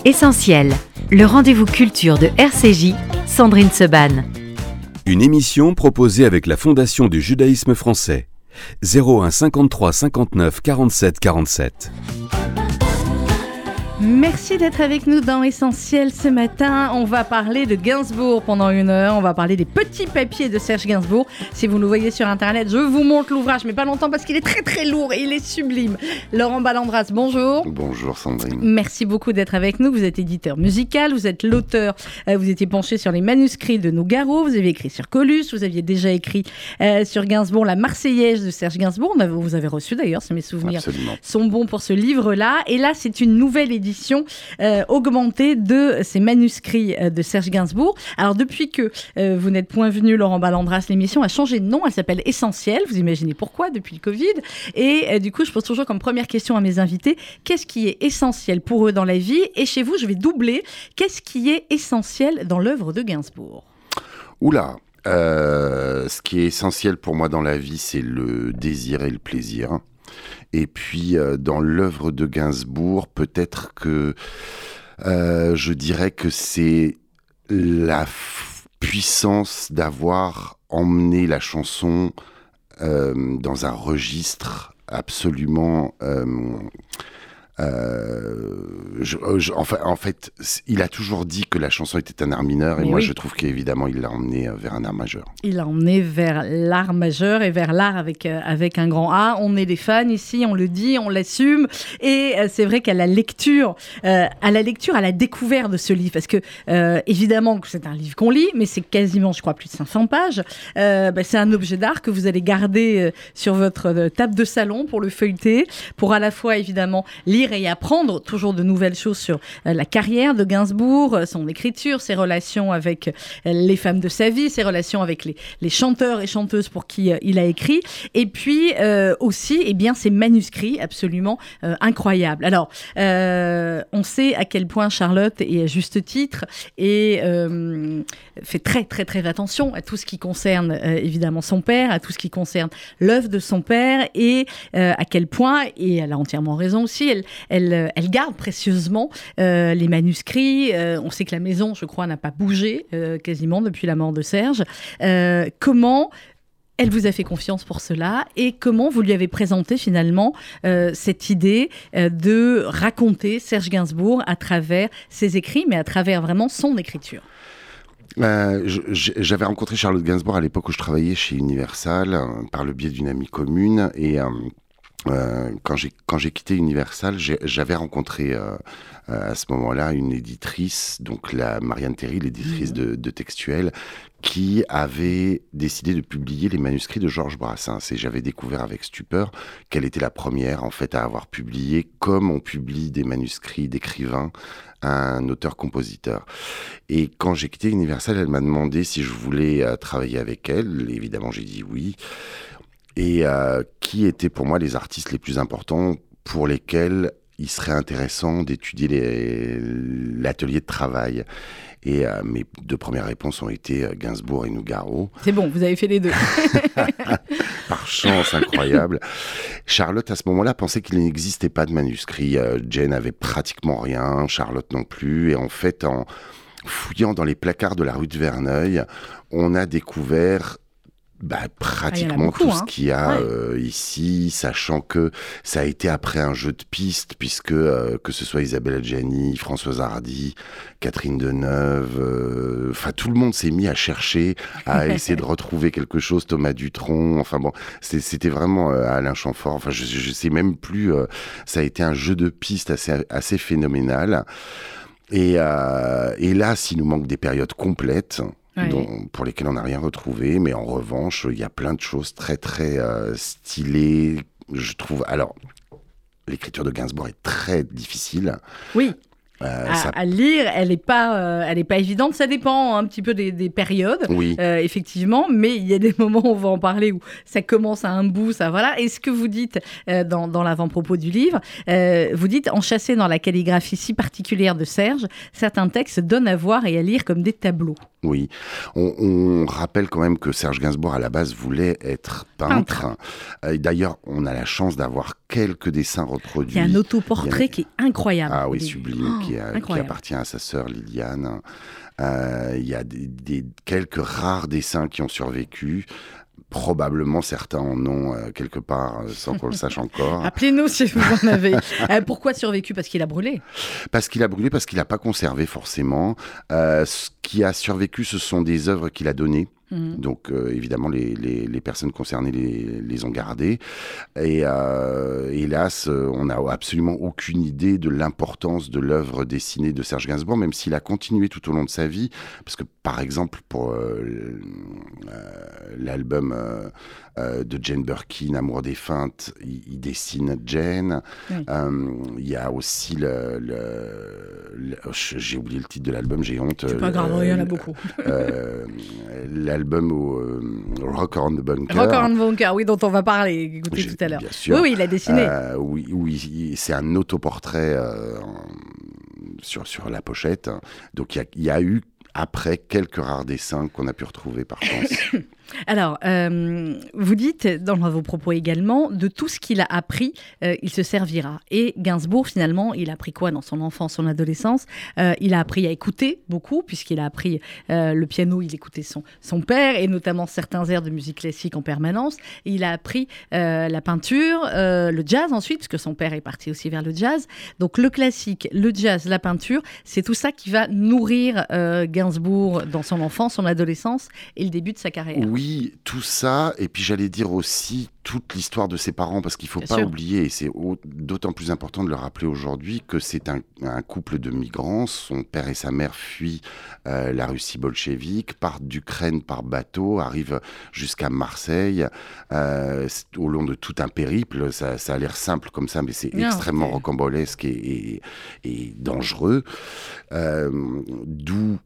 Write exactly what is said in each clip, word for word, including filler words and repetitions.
Essentiel, le rendez-vous culture de R C J, Sandrine Seban. Une émission proposée avec la Fondation du judaïsme français. zéro un cinquante-trois cinquante-neuf quarante-sept quarante-sept. Merci d'être avec nous dans Essentiel ce matin. On va parler de Gainsbourg pendant une heure. On va parler des petits papiers de Serge Gainsbourg. Si vous nous voyez sur Internet, je vous montre l'ouvrage, mais pas longtemps parce qu'il est très très lourd et il est sublime. Laurent Ballandras, bonjour. Bonjour Sandrine. Merci beaucoup d'être avec nous. Vous êtes éditeur musical, vous êtes l'auteur. Euh, vous étiez penché sur les manuscrits de Nougaro. Vous avez écrit sur Colus. Vous aviez déjà écrit euh, sur Gainsbourg, la Marseillaise de Serge Gainsbourg. Vous avez reçu d'ailleurs, si mes souvenirs Absolument. sont bons pour ce livre-là. Et là, c'est une nouvelle édition Euh, augmentée de ces manuscrits euh, de Serge Gainsbourg. Alors depuis que euh, vous n'êtes point venu, Laurent Ballandras, l'émission a changé de nom, elle s'appelle Essentiel, vous imaginez pourquoi depuis le Covid, et euh, du coup je pose toujours comme première question à mes invités, qu'est-ce qui est essentiel pour eux dans la vie? Et chez vous, je vais doubler, qu'est-ce qui est essentiel dans l'œuvre de Gainsbourg? Oula euh, ce qui est essentiel pour moi dans la vie, c'est le désir et le plaisir. Et puis, euh, dans l'œuvre de Gainsbourg, peut-être que euh, je dirais que c'est la f- puissance d'avoir emmené la chanson euh, dans un registre absolument... Euh, Euh, je, je, enfin, en fait, il a toujours dit que la chanson était un art mineur, et Mais moi oui. je trouve qu'évidemment il l'a emmené vers un art majeur. Il a emmené vers l'art majeur et vers l'art avec, euh, avec un grand A. On est des fans ici, on le dit, on l'assume. Et euh, c'est vrai qu'à la lecture, euh, à la lecture, à la découverte de ce livre, parce que euh, évidemment que c'est un livre qu'on lit, mais c'est quasiment, je crois, plus de cinq cents pages. Euh, bah, c'est un objet d'art que vous allez garder euh, sur votre euh, table de salon pour le feuilleter, pour à la fois évidemment lire et apprendre toujours de nouvelles choses sur euh, la carrière de Gainsbourg, euh, son écriture, ses relations avec euh, les femmes de sa vie, ses relations avec les, les chanteurs et chanteuses pour qui euh, il a écrit, et puis euh, aussi eh bien, ses manuscrits absolument euh, incroyables. Alors, euh, on sait à quel point Charlotte, et à juste titre, et, euh, fait très très très attention à tout ce qui concerne euh, évidemment son père, à tout ce qui concerne l'œuvre de son père, et euh, à quel point, et elle a entièrement raison aussi, elle Elle, elle garde précieusement euh, les manuscrits. Euh, on sait que la maison, je crois, n'a pas bougé euh, quasiment depuis la mort de Serge. Euh, comment elle vous a fait confiance pour cela et comment vous lui avez présenté finalement euh, cette idée euh, de raconter Serge Gainsbourg à travers ses écrits, mais à travers vraiment son écriture? Euh, je, j'avais rencontré Charlotte Gainsbourg à l'époque où je travaillais chez Universal euh, par le biais d'une amie commune, et euh, Euh, quand j'ai quand j'ai quitté Universal, j'ai, j'avais rencontré euh, euh, à ce moment-là une éditrice, donc la Marianne Théry, l'éditrice mmh. de, de Textuel, qui avait décidé de publier les manuscrits de Georges Brassens. Et j'avais découvert avec stupeur qu'elle était la première en fait à avoir publié, comme on publie des manuscrits d'écrivains, un auteur-compositeur. Et quand j'ai quitté Universal, elle m'a demandé si je voulais euh, travailler avec elle. Évidemment, j'ai dit oui. Et euh, qui étaient pour moi les artistes les plus importants pour lesquels il serait intéressant d'étudier les, l'atelier de travail. Et euh, mes deux premières réponses ont été euh, Gainsbourg et Nougaro. C'est bon, vous avez fait les deux. Par chance incroyable. Charlotte, à ce moment-là, pensait qu'il n'existait pas de manuscrit. Euh, Jane avait pratiquement rien, Charlotte non plus. Et en fait, en fouillant dans les placards de la rue de Verneuil, on a découvert... Bah, pratiquement ah, beaucoup, tout hein. ce qu'il y a ouais. euh, ici, sachant que ça a été après un jeu de pistes, puisque euh, que ce soit Isabelle Adjani, Françoise Hardy, Catherine Deneuve, enfin euh, tout le monde s'est mis à chercher, à essayer de retrouver quelque chose, Thomas Dutronc, enfin bon, c'est, c'était vraiment euh, Alain Chamfort, enfin je, je sais même plus, euh, ça a été un jeu de pistes assez, assez phénoménal. Et, euh, et là, s'il nous manque des périodes complètes, Ouais. dont, pour lesquelles on n'a rien retrouvé, mais en revanche, il y a plein de choses très très euh, stylées, je trouve. Alors, l'écriture de Gainsbourg est très difficile. Oui. Euh, à, ça... à lire, elle n'est pas, euh, elle est pas évidente. Ça dépend un petit peu des, des périodes, oui. euh, effectivement. Mais il y a des moments, on va en parler, où ça commence à un bout, ça voilà. Et ce que vous dites euh, dans, dans l'avant-propos du livre, euh, vous dites, enchâssés dans la calligraphie si particulière de Serge, certains textes donnent à voir et à lire comme des tableaux. Oui, on, on rappelle quand même que Serge Gainsbourg à la base voulait être peintre. peintre. Euh, d'ailleurs, on a la chance d'avoir quelques dessins reproduits. Il y a un autoportrait a... qui est incroyable. Ah oui, sublime, oh, qui, a, qui appartient à sa sœur Liliane. Euh, il y a des, des, quelques rares dessins qui ont survécu. Probablement certains en ont euh, quelque part euh, sans qu'on le sache encore. Appelez-nous si vous en avez. euh, pourquoi survécu ? Parce qu'il a brûlé. Parce qu'il a brûlé, parce qu'il n'a pas conservé forcément. Euh, ce qui a survécu, ce sont des œuvres qu'il a données. Mmh. Donc euh, évidemment les, les, les personnes concernées les, les ont gardées et euh, hélas euh, on n'a absolument aucune idée de l'importance de l'œuvre dessinée de Serge Gainsbourg, même s'il a continué tout au long de sa vie, parce que par exemple pour euh, l'album euh, euh, de Jane Birkin, Amour défunte, il, il dessine Jane. Oui. Euh, il y a aussi le, le, le j'ai oublié le titre de l'album, j'ai honte. C'est pas grave, il y en a beaucoup. Euh, l'album au euh, Rock Around the Bunker. Rock Around the Bunker, oui, dont on va parler, écoutez j'ai, tout à l'heure. Bien sûr. Oui, oui, il a dessiné. Euh, oui, oui, c'est un autoportrait euh, sur, sur la pochette. Donc il y, y a eu après quelques rares dessins qu'on a pu retrouver par chance. Alors, euh, vous dites dans vos propos également, de tout ce qu'il a appris, euh, il se servira. Et Gainsbourg, finalement, il a appris quoi dans son enfance, son adolescence ? euh, Il a appris à écouter beaucoup, puisqu'il a appris euh, le piano, il écoutait son, son père, et notamment certains airs de musique classique en permanence. Et il a appris euh, la peinture, euh, le jazz ensuite, puisque son père est parti aussi vers le jazz. Donc le classique, le jazz, la peinture, c'est tout ça qui va nourrir euh, Gainsbourg dans son enfance, son adolescence et le début de sa carrière. Oui, tout ça, et puis j'allais dire aussi toute l'histoire de ses parents, parce qu'il ne faut Bien pas sûr. oublier, et c'est au, d'autant plus important de le rappeler aujourd'hui, que c'est un, un couple de migrants. Son père et sa mère fuient euh, la Russie bolchevique, partent d'Ukraine par bateau, arrivent jusqu'à Marseille, euh, au long de tout un périple. Ça, ça a l'air simple comme ça, mais c'est Non, extrêmement c'est... rocambolesque et, et, et dangereux. Euh, d'où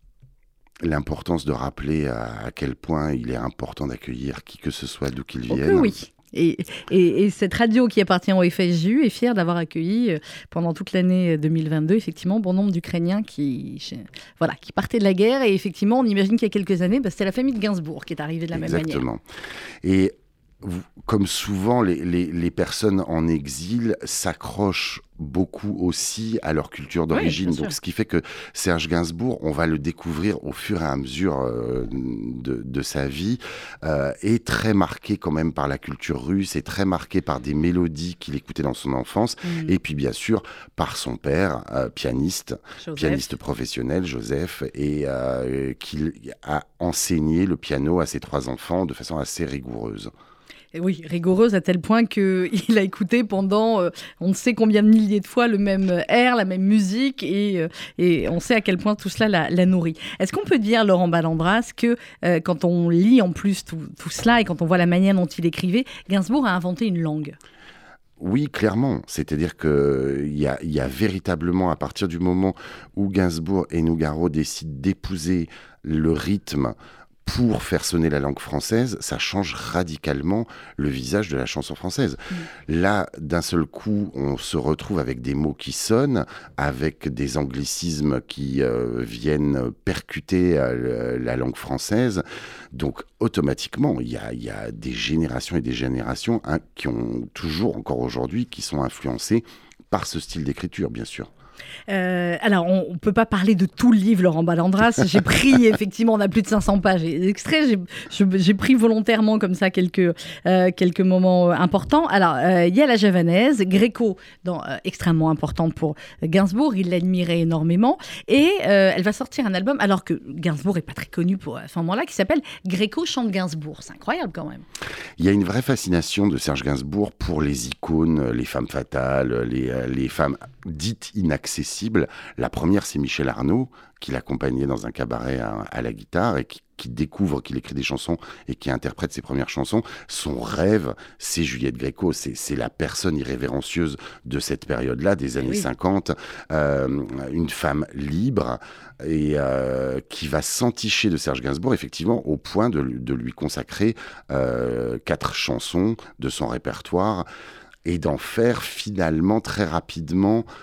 l'importance de rappeler à, à quel point il est important d'accueillir qui que ce soit d'où qu'il vienne. Oh oui. Et, et, et cette radio qui appartient au F S J U est fière d'avoir accueilli euh, pendant toute l'année deux mille vingt-deux effectivement bon nombre d'Ukrainiens qui, voilà, qui partaient de la guerre. Et effectivement, on imagine qu'il y a quelques années, bah, c'était la famille de Gainsbourg qui est arrivée de la Exactement. même manière. Et vous, comme souvent, les, les, les personnes en exil s'accrochent beaucoup aussi à leur culture d'origine. Oui, donc, ce qui fait que Serge Gainsbourg, on va le découvrir au fur et à mesure euh, de, de sa vie, euh, est très marqué quand même par la culture russe, est très marqué par des mélodies qu'il écoutait dans son enfance, mmh. et puis bien sûr par son père, euh, pianiste, Joseph. pianiste professionnel, Joseph, et euh, qui a enseigné le piano à ses trois enfants de façon assez rigoureuse. Et oui, rigoureuse à tel point qu'il a écouté pendant euh, on ne sait combien de milliers de fois le même air, la même musique, et, euh, et on sait à quel point tout cela l'a, l'a nourri. Est-ce qu'on peut dire, Laurent Ballandras, que euh, quand on lit en plus tout, tout cela et quand on voit la manière dont il écrivait, Gainsbourg a inventé une langue ? Oui, clairement. C'est-à-dire qu'il y a, y a véritablement, à partir du moment où Gainsbourg et Nougaro décident d'épouser le rythme pour faire sonner la langue française, ça change radicalement le visage de la chanson française. Mmh. Là, d'un seul coup, on se retrouve avec des mots qui sonnent, avec des anglicismes qui euh, viennent percuter euh, la langue française. Donc, automatiquement, il y a, y a des générations et des générations hein, qui ont toujours, encore aujourd'hui, qui sont influencées par ce style d'écriture, bien sûr. Euh, alors, on ne peut pas parler de tout le livre, Laurent Ballandras. J'ai pris, effectivement, on a plus de cinq cents pages d'extraits. J'ai, j'ai, j'ai pris volontairement, comme ça, quelques, euh, quelques moments importants. Alors, euh, il y a la javanaise, Gréco, dans, euh, extrêmement importante pour Gainsbourg. Il l'admirait énormément. Et euh, elle va sortir un album, alors que Gainsbourg n'est pas très connu pour, à ce moment-là, qui s'appelle Gréco chante Gainsbourg. C'est incroyable, quand même. Il y a une vraie fascination de Serge Gainsbourg pour les icônes, les femmes fatales, les, les femmes dites inaccessibles. La première, c'est Michel Arnaud, qui l'accompagnait dans un cabaret à, à la guitare et qui, qui découvre qu'il écrit des chansons et qui interprète ses premières chansons. Son rêve, c'est Juliette Gréco. C'est, c'est la personne irrévérencieuse de cette période-là, des années oui. cinquante. Euh, une femme libre et euh, qui va s'enticher de Serge Gainsbourg, effectivement, au point de, de lui consacrer euh, quatre chansons de son répertoire et d'en faire finalement très rapidement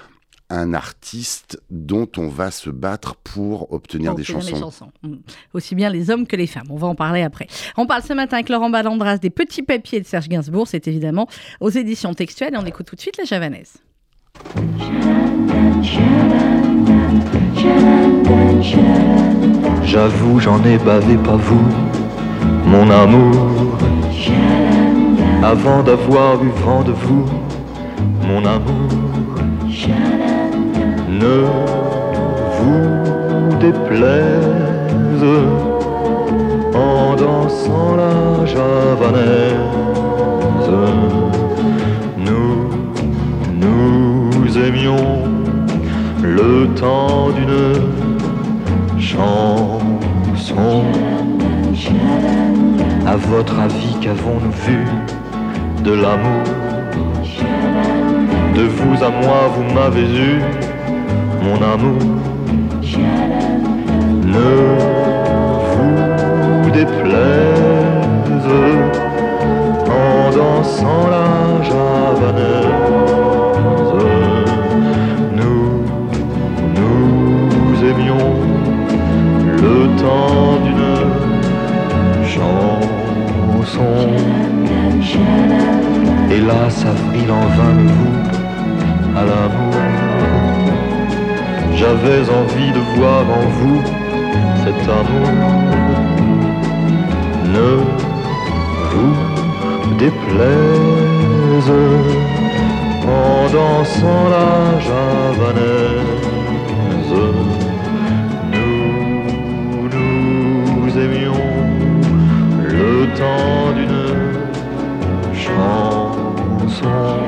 un artiste dont on va se battre pour obtenir Pour des obtenir chansons. les chansons. Mmh. Aussi bien les hommes que les femmes. On va en parler après. On parle ce matin avec Laurent Ballandras des Petits Papiers de Serge Gainsbourg. C'est évidemment aux éditions textuelles. Et on écoute tout de suite la javanaise. J'avoue, j'en ai bavé, pas vous, mon amour. Avant d'avoir eu vent de vous, mon amour. Ne vous déplaise en dansant la javanaise. Nous, nous aimions le temps d'une chanson. À votre avis, qu'avons-nous vu de l'amour? De vous à moi, vous m'avez eu, mon amour. Ne vous déplaise en dansant la javanaise. Nous, nous aimions le temps d'une chanson. Hélas, avril en vain me voue à l'amour. J'avais envie de voir en vous cet amour. Ne vous déplaise en dansant la javanaise. Nous, nous aimions le temps d'une chanson.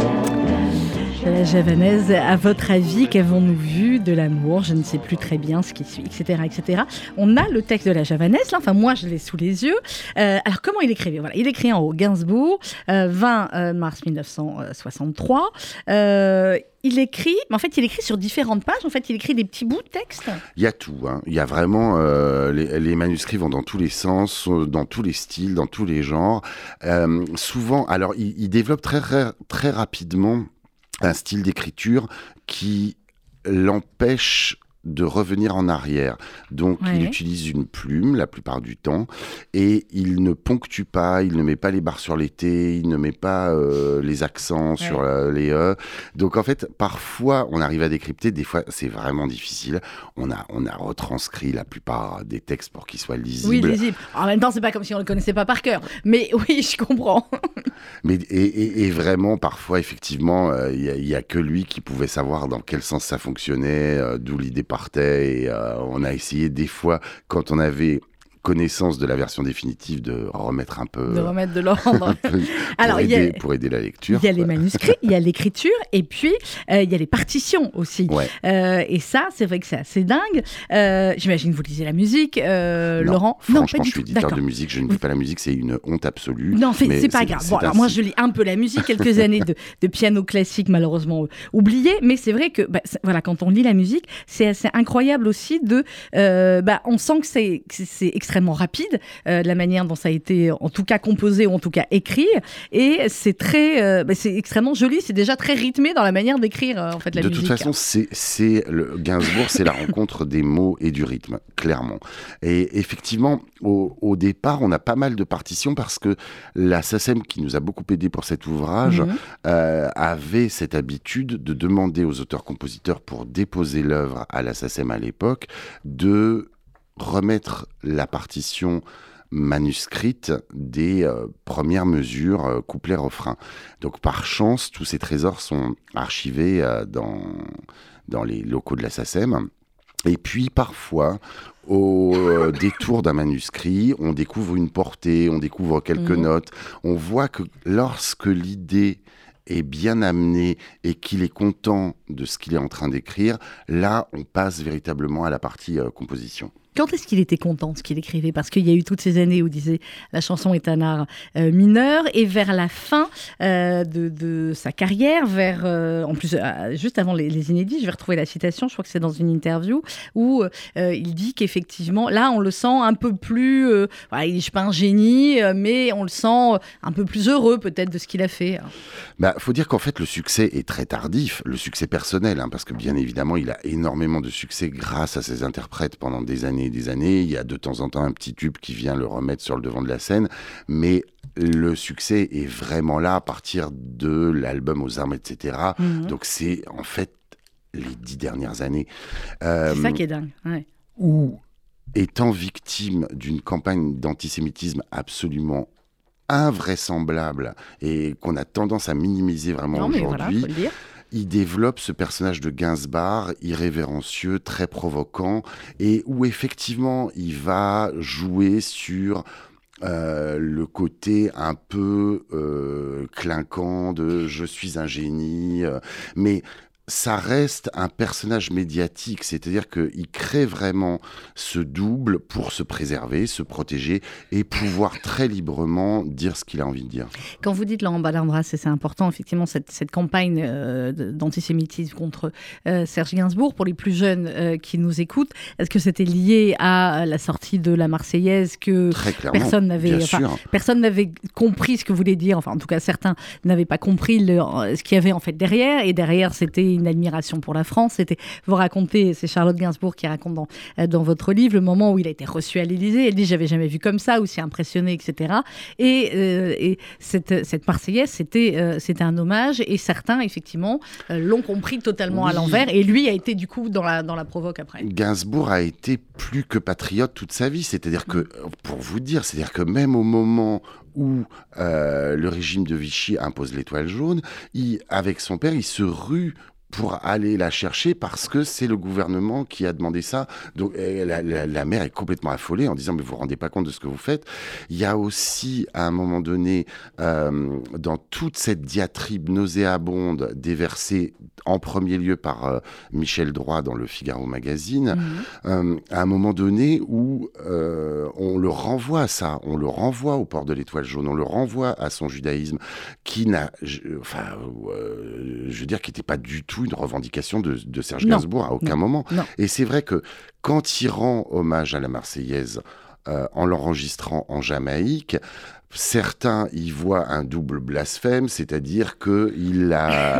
La javanaise, à votre avis, qu'avons-nous vu de l'amour? Je ne sais plus très bien ce qui suit, et cetera, et cetera. On a le texte de la javanaise, là, enfin moi je l'ai sous les yeux. Euh, alors comment il écrivait? Voilà, il écrit en haut, Gainsbourg, euh, vingt mars mille neuf cent soixante-trois. Euh, il écrit, mais en fait il écrit sur différentes pages, en fait il écrit des petits bouts de texte. Il y a tout, hein. Il y a vraiment, euh, les, les manuscrits vont dans tous les sens, dans tous les styles, dans tous les genres. Euh, souvent, alors il, il développe très, très rapidement un style d'écriture qui l'empêche de revenir en arrière. Donc, ouais. il utilise une plume la plupart du temps et il ne ponctue pas, il ne met pas les barres sur les T, il ne met pas euh, les accents ouais. sur euh, les E. Donc, en fait, parfois, on arrive à décrypter, des fois, c'est vraiment difficile. On a, on a retranscrit la plupart des textes pour qu'ils soient lisibles. Oui, lisibles. En même temps, c'est pas comme si on ne le connaissait pas par cœur. Mais oui, je comprends. Mais, et, et, et vraiment, parfois, effectivement, il euh, n'y a, a que lui qui pouvait savoir dans quel sens ça fonctionnait, euh, d'où l'idée partait. Et euh, on a essayé des fois, quand on avait connaissance de la version définitive, de remettre un peu... De remettre de l'ordre. pour, Alors, aider, a, pour aider la lecture. Il y a quoi. Les manuscrits, il y a l'écriture, et puis euh, il y a les partitions aussi. Ouais. Euh, et ça, c'est vrai que c'est assez dingue. Euh, j'imagine que vous lisez la musique, euh, non, Laurent. Franchement, non, pas je du suis tout. éditeur D'accord. de musique, je ne lis pas la musique, c'est une honte absolue. Non, c'est, c'est pas c'est, grave. C'est bon, alors, moi, je lis un peu la musique, quelques années de, de piano classique, malheureusement euh, oublié, mais c'est vrai que bah, c'est, voilà, quand on lit la musique, c'est assez incroyable aussi de... Euh, bah, on sent que c'est, que c'est extrêmement rapide, Euh, de la manière dont ça a été en tout cas composé ou en tout cas écrit, et c'est très euh, bah, c'est extrêmement joli, c'est déjà très rythmé dans la manière d'écrire euh, en fait la de musique. De toute façon, c'est, c'est le Gainsbourg, c'est la rencontre des mots et du rythme, clairement. Et effectivement, au, au départ, on a pas mal de partitions parce que la S A C E M, qui nous a beaucoup aidé pour cet ouvrage, mmh. euh, avait cette habitude de demander aux auteurs-compositeurs, pour déposer l'œuvre à la S A C E M à l'époque, de remettre la partition manuscrite des euh, premières mesures euh, couplet-refrain. Donc par chance, tous ces trésors sont archivés euh, dans, dans les locaux de la S A C E M. Et puis parfois, au euh, détour d'un manuscrit, on découvre une portée, on découvre quelques mmh. notes. On voit que lorsque l'idée est bien amené et qu'il est content de ce qu'il est en train d'écrire, là, on passe véritablement à la partie euh, composition. Quand est-ce qu'il était content de ce qu'il écrivait? Parce qu'il y a eu toutes ces années où il disait la chanson est un art euh, mineur, et vers la fin euh, de, de sa carrière, vers, euh, en plus, euh, juste avant les, les inédits, je vais retrouver la citation, je crois que c'est dans une interview, où euh, il dit qu'effectivement, là, on le sent un peu plus, euh, voilà, il dit, je suis pas un génie, euh, mais on le sent un peu plus heureux peut-être de ce qu'il a fait. Bah, faut dire qu'en fait, le succès est très tardif, le succès personnel, hein, parce que bien évidemment, il a énormément de succès grâce à ses interprètes pendant des années et des années. Il y a de temps en temps un petit tube qui vient le remettre sur le devant de la scène, mais le succès est vraiment là à partir de l'album Aux armes, et cetera. Mmh. Donc c'est en fait les dix dernières années. Euh, c'est ça qui est dingue. Ouais. Où, étant victime d'une campagne d'antisémitisme absolument invraisemblable et qu'on a tendance à minimiser vraiment non, aujourd'hui, voilà, il développe ce personnage de Gainsbourg irrévérencieux, très provoquant, et où effectivement il va jouer sur Euh, le côté un peu euh, clinquant de « je suis un génie euh, », mais ça reste un personnage médiatique, c'est-à-dire qu'il crée vraiment ce double pour se préserver, se protéger et pouvoir très librement dire ce qu'il a envie de dire. Quand vous dites Laurent Balindras, c'est, c'est important, effectivement, cette, cette campagne euh, d'antisémitisme contre euh, Serge Gainsbourg, pour les plus jeunes euh, qui nous écoutent, est-ce que c'était lié à la sortie de la Marseillaise que personne n'avait, enfin, personne n'avait compris ce que voulait dire, enfin en tout cas certains n'avaient pas compris le, ce qu'il y avait en fait derrière, et derrière c'était une admiration pour la France. C'était, vous racontez, c'est Charlotte Gainsbourg qui raconte dans, dans votre livre le moment où il a été reçu à l'Élysée. Elle dit, j'avais jamais vu comme ça, aussi impressionné, et cetera. Et, euh, et cette, cette Marseillaise, c'était, euh, c'était un hommage, et certains, effectivement, euh, l'ont compris totalement oui. à l'envers, et lui a été du coup dans la, dans la provoque après. Gainsbourg a été plus que patriote toute sa vie, c'est-à-dire que, pour vous dire, c'est-à-dire que même au moment où euh, le régime de Vichy impose l'étoile jaune, il, avec son père, il se rue pour aller la chercher parce que c'est le gouvernement qui a demandé ça. Donc la, la, la mère est complètement affolée en disant « mais vous vous rendez pas compte de ce que vous faites ». Il y a aussi, à un moment donné, euh, dans toute cette diatribe nauséabonde déversée en premier lieu par euh, Michel Droit dans le Figaro Magazine, mmh. euh, à un moment donné où euh, on le renvoie à ça, on le renvoie au port de l'étoile jaune, on le renvoie à son judaïsme qui n'a, je, enfin, euh, je veux dire, qui n'était pas du tout une revendication de, de Serge non. Gainsbourg à aucun non. moment. Non. Et c'est vrai que quand il rend hommage à la Marseillaise euh, en l'enregistrant en Jamaïque, certains y voient un double blasphème, c'est-à-dire qu'il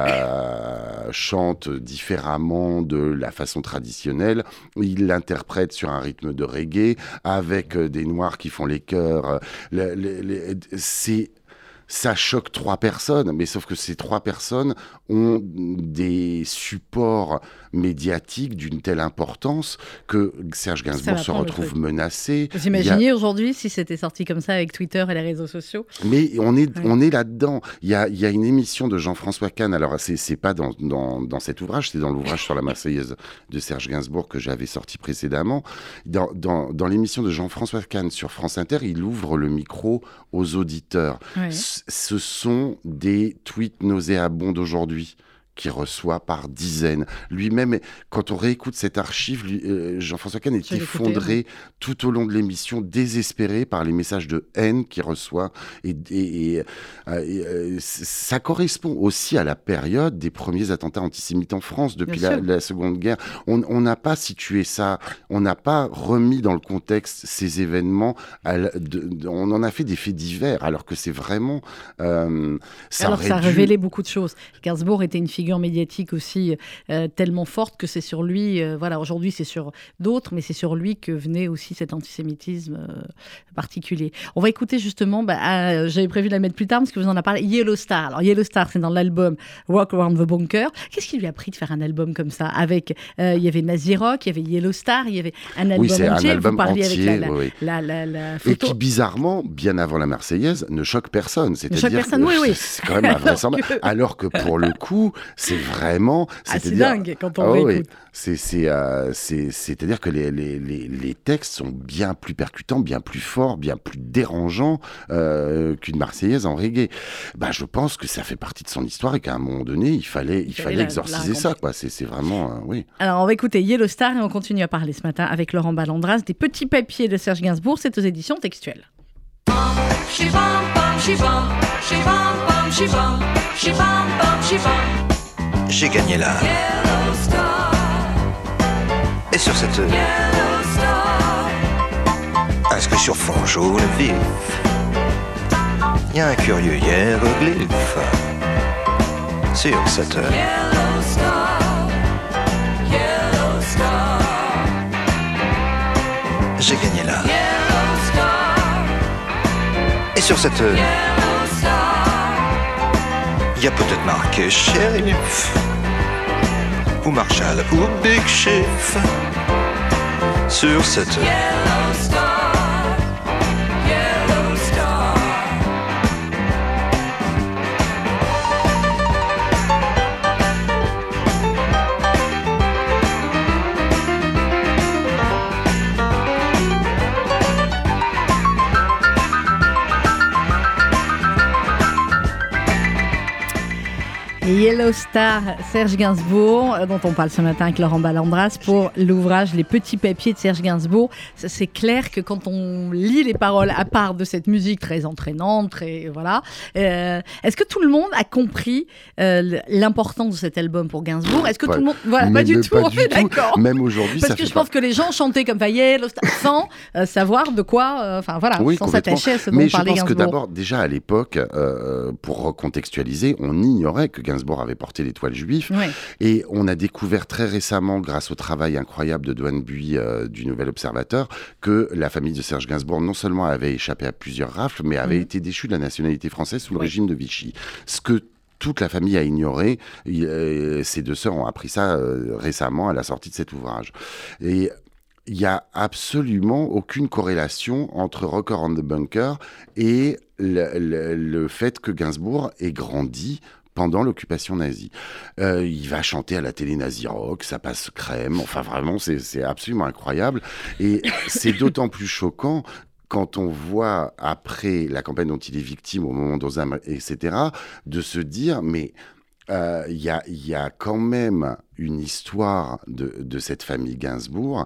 la chante différemment de la façon traditionnelle, il l'interprète sur un rythme de reggae, avec des noirs qui font les chœurs. Les, les, les, c'est... Ça choque trois personnes, mais sauf que ces trois personnes ont des supports médiatiques d'une telle importance que Serge Gainsbourg se retrouve menacé. Vous imaginez a... aujourd'hui si c'était sorti comme ça avec Twitter et les réseaux sociaux? Mais on est, ouais. on est là-dedans. Il y a, il y a une émission de Jean-François Kahn, alors c'est, c'est pas dans, dans, dans cet ouvrage, c'est dans l'ouvrage sur la Marseillaise de Serge Gainsbourg que j'avais sorti précédemment. Dans, dans, dans l'émission de Jean-François Kahn sur France Inter, il ouvre le micro aux auditeurs. Ouais. Ce sont des tweets nauséabonds d'aujourd'hui qu'il reçoit par dizaines. Lui-même, quand on réécoute cette archive, lui, euh, Jean-François Kahn est effondré tout au long de l'émission, désespéré par les messages de haine qu'il reçoit. Et, et, et, euh, et euh, ça correspond aussi à la période des premiers attentats antisémites en France, depuis la, la Seconde Guerre. On n'a pas situé ça, on n'a pas remis dans le contexte ces événements, à, de, de, on en a fait des faits divers, alors que c'est vraiment... Euh, ça alors ça a dû... révélé beaucoup de choses. Gainsbourg était une figure médiatique aussi euh, tellement forte que c'est sur lui, euh, voilà, aujourd'hui c'est sur d'autres, mais c'est sur lui que venait aussi cet antisémitisme euh, particulier. On va écouter justement, bah, euh, j'avais prévu de la mettre plus tard parce que vous en avez parlé, Yellow Star. Alors Yellow Star, c'est dans l'album Walk Around the Bunker. Qu'est-ce qui lui a pris de faire un album comme ça avec, euh, il y avait Nazi Rock, il y avait Yellow Star, il y avait un album oui, c'est entier, un album vous parliez entier, avec la, la, oui. la, la, la, la photo. Et qui bizarrement, bien avant la Marseillaise, ne choque personne. C'est-à-dire ne choque personne, oui, oui. C'est quand même invraisemblable. que... Alors que pour le coup, c'est vraiment... Ah, c'est dingue quand on oh, réécoute. Oui. C'est, c'est, euh, c'est, c'est-à-dire que les, les, les, les textes sont bien plus percutants, bien plus forts, bien plus dérangeants euh, qu'une Marseillaise en reggae. Ben, je pense que ça fait partie de son histoire et qu'à un moment donné, il fallait, il fallait la, exorciser la ça. Quoi. C'est, c'est vraiment... Euh, oui. Alors, on va écouter Yellow Star et on continue à parler ce matin avec Laurent Ballandras des Petits Papiers de Serge Gainsbourg. C'est aux éditions Textuelles. J'ai gagné là. Et sur cette inscription fond jaune vif, il y a un curieux hiéroglyphe. Sur cette j'ai gagné là. Et sur cette il y a peut-être marqué shérif ou Marshall ou Big Chief. Sur cette Yellow Star, Yellow Star. Yellow Star, Serge Gainsbourg, dont on parle ce matin avec Laurent Ballandras pour l'ouvrage Les Petits Papiers de Serge Gainsbourg. C'est clair que quand on lit les paroles à part de cette musique très entraînante, très voilà, euh, est-ce que tout le monde a compris euh, l'importance de cet album pour Gainsbourg ? Est-ce que pas, tout le monde, voilà, pas du tout, on est d'accord. Même aujourd'hui, parce ça que fait je pas... pense que les gens chantaient comme ça, Yellow Star, sans euh, savoir de quoi, enfin euh, voilà, oui, sans s'attacher à ce dont Mais parlait Gainsbourg. Mais je pense que d'abord, déjà à l'époque, euh, pour recontextualiser, on ignorait que Gainsbourg avait porté l'étoile juive. Oui. Et on a découvert très récemment, grâce au travail incroyable de Douane Buis euh, du Nouvel Observateur, que la famille de Serge Gainsbourg non seulement avait échappé à plusieurs rafles, mais avait mmh. été déchue de la nationalité française sous le oui. régime de Vichy. Ce que toute la famille a ignoré. Il, euh, ces deux sœurs ont appris ça euh, récemment à la sortie de cet ouvrage. Et il n'y a absolument aucune corrélation entre Rocker and the Bunker et le, le, le fait que Gainsbourg ait grandi pendant l'occupation nazie. Euh, il va chanter à la télé nazi rock, ça passe crème, enfin vraiment c'est, c'est absolument incroyable. Et c'est d'autant plus choquant quand on voit, après la campagne dont il est victime, au moment d'Ozam, et cetera, de se dire, mais il euh, y, a, y a quand même une histoire de, de cette famille Gainsbourg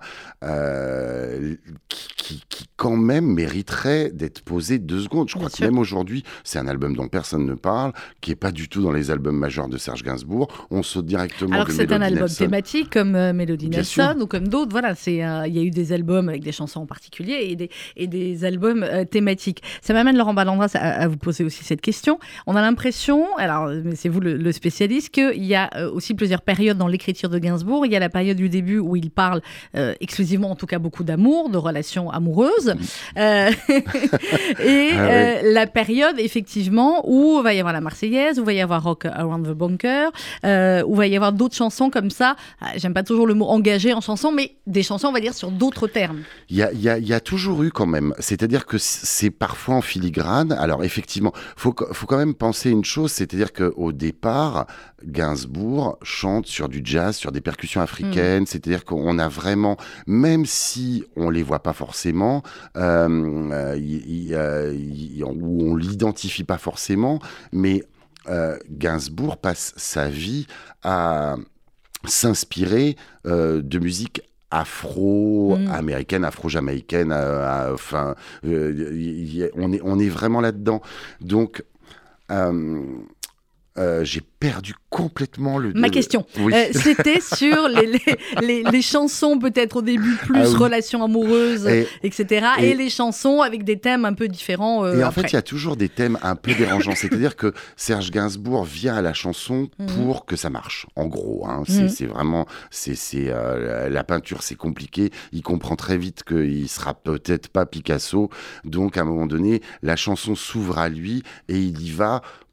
euh, qui, qui, qui quand même mériterait d'être posée deux secondes. Je crois Bien que sûr. Même aujourd'hui, c'est un album dont personne ne parle, qui n'est pas du tout dans les albums majeurs de Serge Gainsbourg. On saute directement Alors de que c'est Melody un album Nelson. thématique comme euh, Melody Bien Nelson sûr. ou comme d'autres. Voilà, il euh, y a eu des albums avec des chansons en particulier et des, et des albums euh, thématiques. Ça m'amène, Laurent Ballandras, à, à vous poser aussi cette question. On a l'impression, alors mais c'est vous le, le spécialiste, qu'il y a euh, aussi plusieurs périodes dans l'écriture de Gainsbourg. Il y a la période du début où il parle euh, exclusivement, en tout cas beaucoup d'amour, de relations amoureuses. Euh, et ah, euh, oui. la période, effectivement, où il va y avoir la Marseillaise, où il va y avoir Rock Around the Bunker, euh, où il va y avoir d'autres chansons comme ça. J'aime pas toujours le mot engagé en chanson, mais des chansons, on va dire, sur d'autres termes. Il y a, y a, y a toujours eu quand même. C'est-à-dire que c'est parfois en filigrane. Alors, effectivement, il faut, faut quand même penser une chose, c'est-à-dire qu'au départ, Gainsbourg chante sur du jazz, sur des percussions africaines, mmh. c'est-à-dire qu'on a vraiment, même si on les voit pas forcément, euh, y, y, euh, y, ou on l'identifie pas forcément, mais euh, Gainsbourg passe sa vie à s'inspirer euh, de musique afro-américaine, mmh. afro-jamaïcaine, euh, enfin, euh, y, y, on est on est vraiment là-dedans. Donc euh, Euh, j'ai perdu complètement le... Ma question, oui. euh, c'était sur les, les, les, les chansons peut-être au début plus ah oui. relations amoureuses, et, et cetera. Et, et les chansons avec des thèmes un peu différents euh, Et en après. fait, il y a toujours des thèmes un peu dérangeants. C'est-à-dire que Serge Gainsbourg vient à la chanson pour mmh. que ça marche. En gros, hein, c'est, mmh. c'est vraiment... C'est, c'est, euh, la peinture, c'est compliqué. Il comprend très vite qu'il sera peut-être pas Picasso. Donc, à un moment donné, la chanson s'ouvre à lui et il y va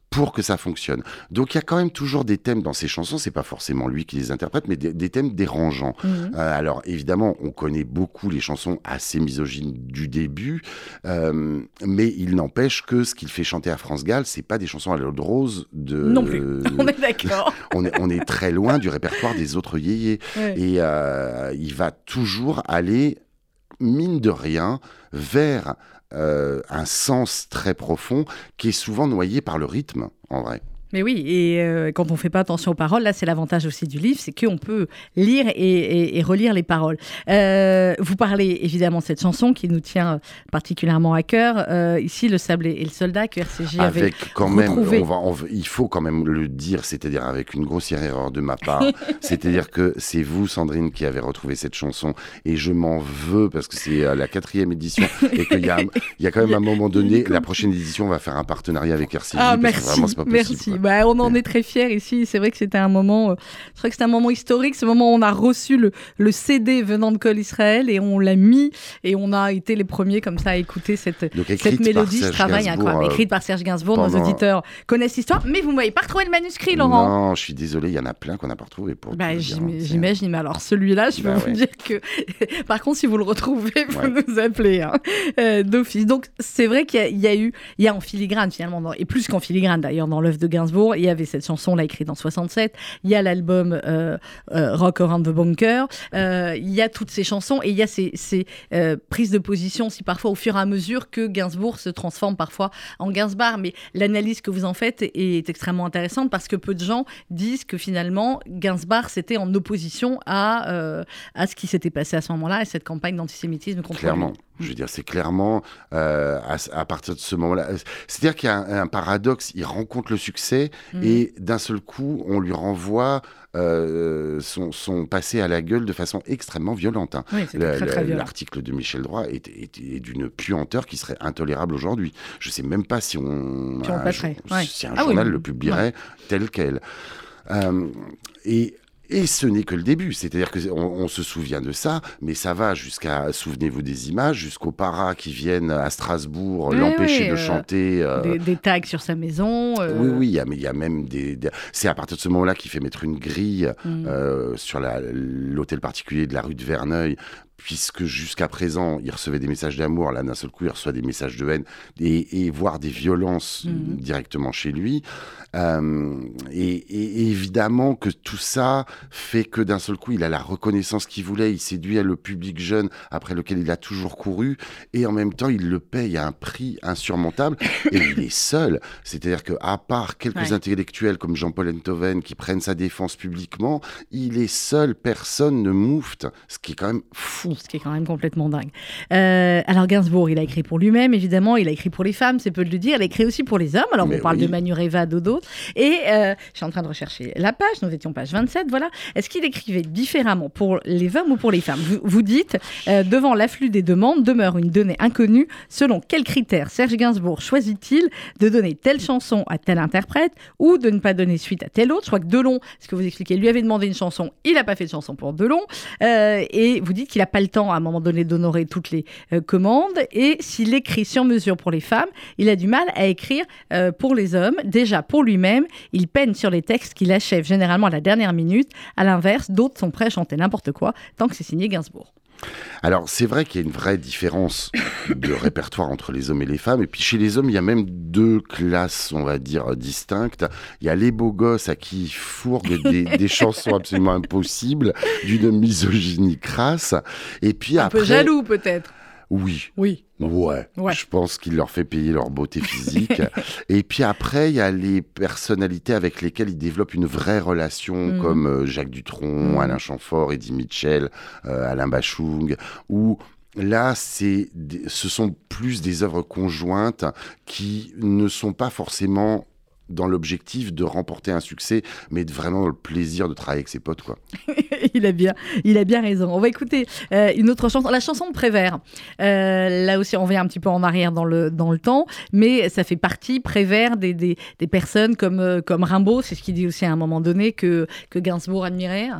pour que ça fonctionne. Donc il y a quand même toujours des thèmes dans ses chansons, c'est pas forcément lui qui les interprète, mais des, des thèmes dérangeants. Mmh. Euh, alors évidemment, on connaît beaucoup les chansons assez misogynes du début, euh, mais il n'empêche que ce qu'il fait chanter à France Gall, c'est pas des chansons à l'eau de rose de... Non plus, on est d'accord. on, est, on est très loin du répertoire des autres yéyés. Ouais. Et euh, il va toujours aller, mine de rien, vers... Euh, un sens très profond qui est souvent noyé par le rythme, en vrai. Mais oui, et euh, quand on ne fait pas attention aux paroles, là c'est l'avantage aussi du livre, c'est qu'on peut lire et, et, et relire les paroles. Euh, vous parlez évidemment de cette chanson qui nous tient particulièrement à cœur. Euh, ici, Le Sable et le Soldat, que R C J avait avec quand même, retrouvé. On va, on va, il faut quand même le dire, c'est-à-dire avec une grossière erreur de ma part. C'est-à-dire que c'est vous, Sandrine, qui avez retrouvé cette chanson, et je m'en veux parce que c'est la quatrième édition et qu'il y a, il y a quand même un moment donné, la prochaine édition, on va faire un partenariat avec R C J. Ah, parce merci, que vraiment, c'est pas possible. Merci. Bah, on en est très fiers ici. C'est vrai que c'était un moment, euh, c'est vrai que c'était un moment historique. Ce moment où on a reçu le, le C D venant de Kol Israël et on l'a mis et on a été les premiers comme ça à écouter cette, Donc, cette mélodie, ce travail Gainsbourg, incroyable. euh, Écrite par Serge Gainsbourg. pendant... Nos auditeurs connaissent l'histoire, mais vous ne m'avez pas retrouvé le manuscrit, Laurent. Non, je suis désolé, il y en a plein qu'on n'a pas retrouvé. Pour bah, dire, j'imagine, mais alors celui-là, je peux bah, vous ouais. dire que, par contre, si vous le retrouvez, vous ouais. nous appelez hein, euh, d'office. Donc c'est vrai qu'il y a, il y a eu, il y a en filigrane finalement, dans, et plus qu'en filigrane d'ailleurs dans l'œuvre de Gainsbourg, il y avait cette chanson là écrite en soixante-sept, il y a l'album euh, euh, Rock Around the Bunker, euh, il y a toutes ces chansons et il y a ces, ces euh, prises de position aussi parfois au fur et à mesure que Gainsbourg se transforme parfois en Gainsbar. Mais l'analyse que vous en faites est extrêmement intéressante parce que peu de gens disent que finalement Gainsbar c'était en opposition à, euh, à ce qui s'était passé à ce moment-là et cette campagne d'antisémitisme contre Clairement. lui. Je veux dire, c'est clairement euh, à, à partir de ce moment-là. C'est-à-dire qu'il y a un, un paradoxe. Il rencontre le succès mmh. et d'un seul coup, on lui renvoie euh, son, son passé à la gueule de façon extrêmement violente. Hein. Oui, le, très, très violent. L'article de Michel Droit est, est, est d'une puanteur qui serait intolérable aujourd'hui. Je ne sais même pas si, on, si, on un, ouais. si un ah journal oui. le publierait ouais. tel quel. Euh, et Et ce n'est que le début, c'est-à-dire qu'on on se souvient de ça, mais ça va jusqu'à, souvenez-vous des images, jusqu'aux paras qui viennent à Strasbourg oui, l'empêcher oui, de euh, chanter. Euh... Des, des tags sur sa maison. Euh... Oui, oui, il y a, mais il y a même des, des... C'est à partir de ce moment-là qu'il fait mettre une grille mm. euh, sur la, l'hôtel particulier de la rue de Verneuil, puisque jusqu'à présent, il recevait des messages d'amour, là, d'un seul coup, il reçoit des messages de haine, et, et voire des violences mmh. directement chez lui. Euh, et, et évidemment que tout ça fait que d'un seul coup, il a la reconnaissance qu'il voulait, il séduit le public jeune après lequel il a toujours couru, et en même temps, il le paye à un prix insurmontable, et il est seul. C'est-à-dire qu'à part quelques ouais. intellectuels comme Jean-Paul Enthoven qui prennent sa défense publiquement, il est seul, personne ne moufte, ce qui est quand même fou. Ce qui est quand même complètement dingue. Euh, alors Gainsbourg, il a écrit pour lui-même, évidemment, il a écrit pour les femmes, c'est peu de le dire, il a écrit aussi pour les hommes, alors Mais on parle oui. de Manureva, Dodo, et euh, je suis en train de rechercher la page, nous étions page vingt-sept, voilà. Est-ce qu'il écrivait différemment pour les hommes ou pour les femmes ? vous, vous dites, euh, devant l'afflux des demandes, demeure une donnée inconnue, selon quels critères Serge Gainsbourg choisit-il de donner telle chanson à tel interprète, ou de ne pas donner suite à tel autre ? Je crois que Delon, ce que vous expliquez, lui avait demandé une chanson, il n'a pas fait de chanson pour Delon, euh, et vous dites qu'il n'a pas le temps à un moment donné d'honorer toutes les euh, commandes, et s'il écrit sur mesure pour les femmes, il a du mal à écrire euh, pour les hommes. Déjà pour lui-même, il peine sur les textes qu'il achève généralement à la dernière minute. À l'inverse, d'autres sont prêts à chanter n'importe quoi tant que c'est signé Gainsbourg. Alors, c'est vrai qu'il y a une vraie différence de répertoire entre les hommes et les femmes. Et puis, chez les hommes, il y a même deux classes, on va dire, distinctes. Il y a les beaux gosses à qui ils fourguent des, des chansons absolument impossibles, d'une misogynie crasse. Et puis Un après... peu jaloux, peut-être. Oui. Oui. Ouais. ouais, je pense qu'il leur fait payer leur beauté physique. Et puis après, il y a les personnalités avec lesquelles ils développent une vraie relation, mmh. comme euh, Jacques Dutronc, mmh. Alain Chamfort, Eddie Mitchell, euh, Alain Bachung, où là, c'est, ce sont plus des œuvres conjointes qui ne sont pas forcément dans l'objectif de remporter un succès, mais de vraiment le plaisir de travailler avec ses potes, quoi. il a bien, il a bien raison. On va écouter euh, une autre chanson, la chanson de Prévert. Euh, là aussi, on revient un petit peu en arrière dans le, dans le temps, mais ça fait partie, Prévert, des, des, des personnes comme, euh, comme Rimbaud, c'est ce qu'il dit aussi à un moment donné, que, que Gainsbourg admirait.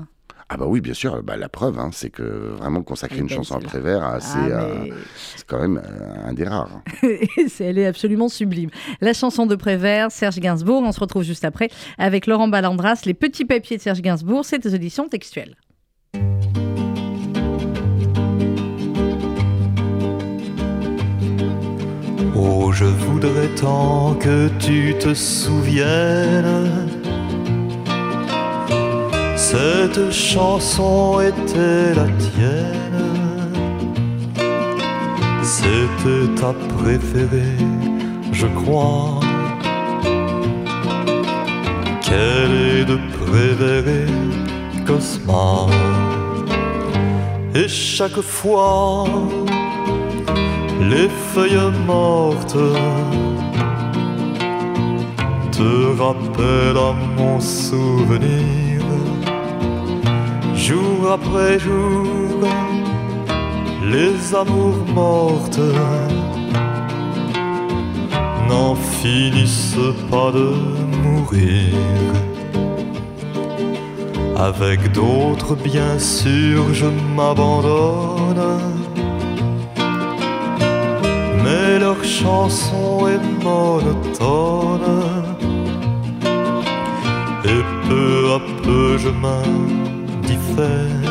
Ah bah oui, bien sûr. Bah, la preuve, hein, c'est que vraiment consacrer Elle est une belle, chanson à celle-là. Prévert, ah, c'est, Ah, euh, mais- c'est quand même euh, un des rares. C'est- Elle est absolument sublime. La chanson de Prévert, Serge Gainsbourg. On se retrouve juste après avec Laurent Ballandras. Les petits papiers de Serge Gainsbourg, c'est des auditions textuelles. Oh, je voudrais tant que tu te souviennes. Cette chanson était la tienne. C'était ta préférée, je crois. Qu'elle est de Prévert et Cosma. Et chaque fois les feuilles mortes te rappellent à mon souvenir. Jour après jour, les amours mortes n'en finissent pas de mourir. Avec d'autres, bien sûr, je m'abandonne. Mais leur chanson est monotone. Et peu à peu je m'indiffère.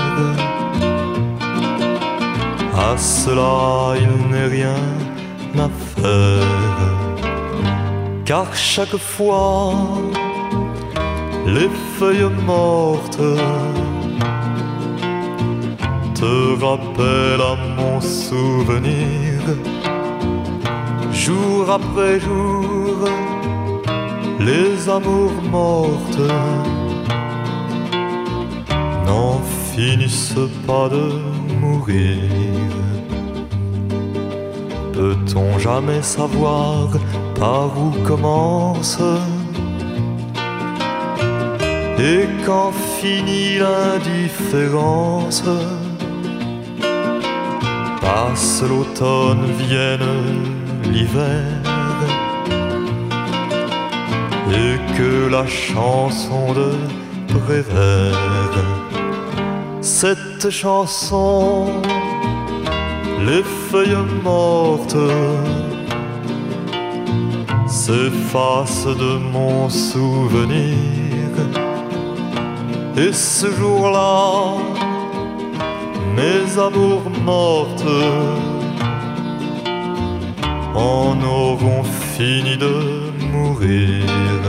À cela il n'est rien à faire. Car chaque fois les feuilles mortes te rappellent à mon souvenir. Jour après jour, les amours mortes n'en finissent pas de mourir. Peut-on jamais savoir par où commence et quand finit l'indifférence? Passe l'automne, vienne l'hiver, et que la chanson de Prévert, cette chanson, les feuilles mortes s'effacent de mon souvenir. Et ce jour-là, mes amours mortes en auront fini de mourir.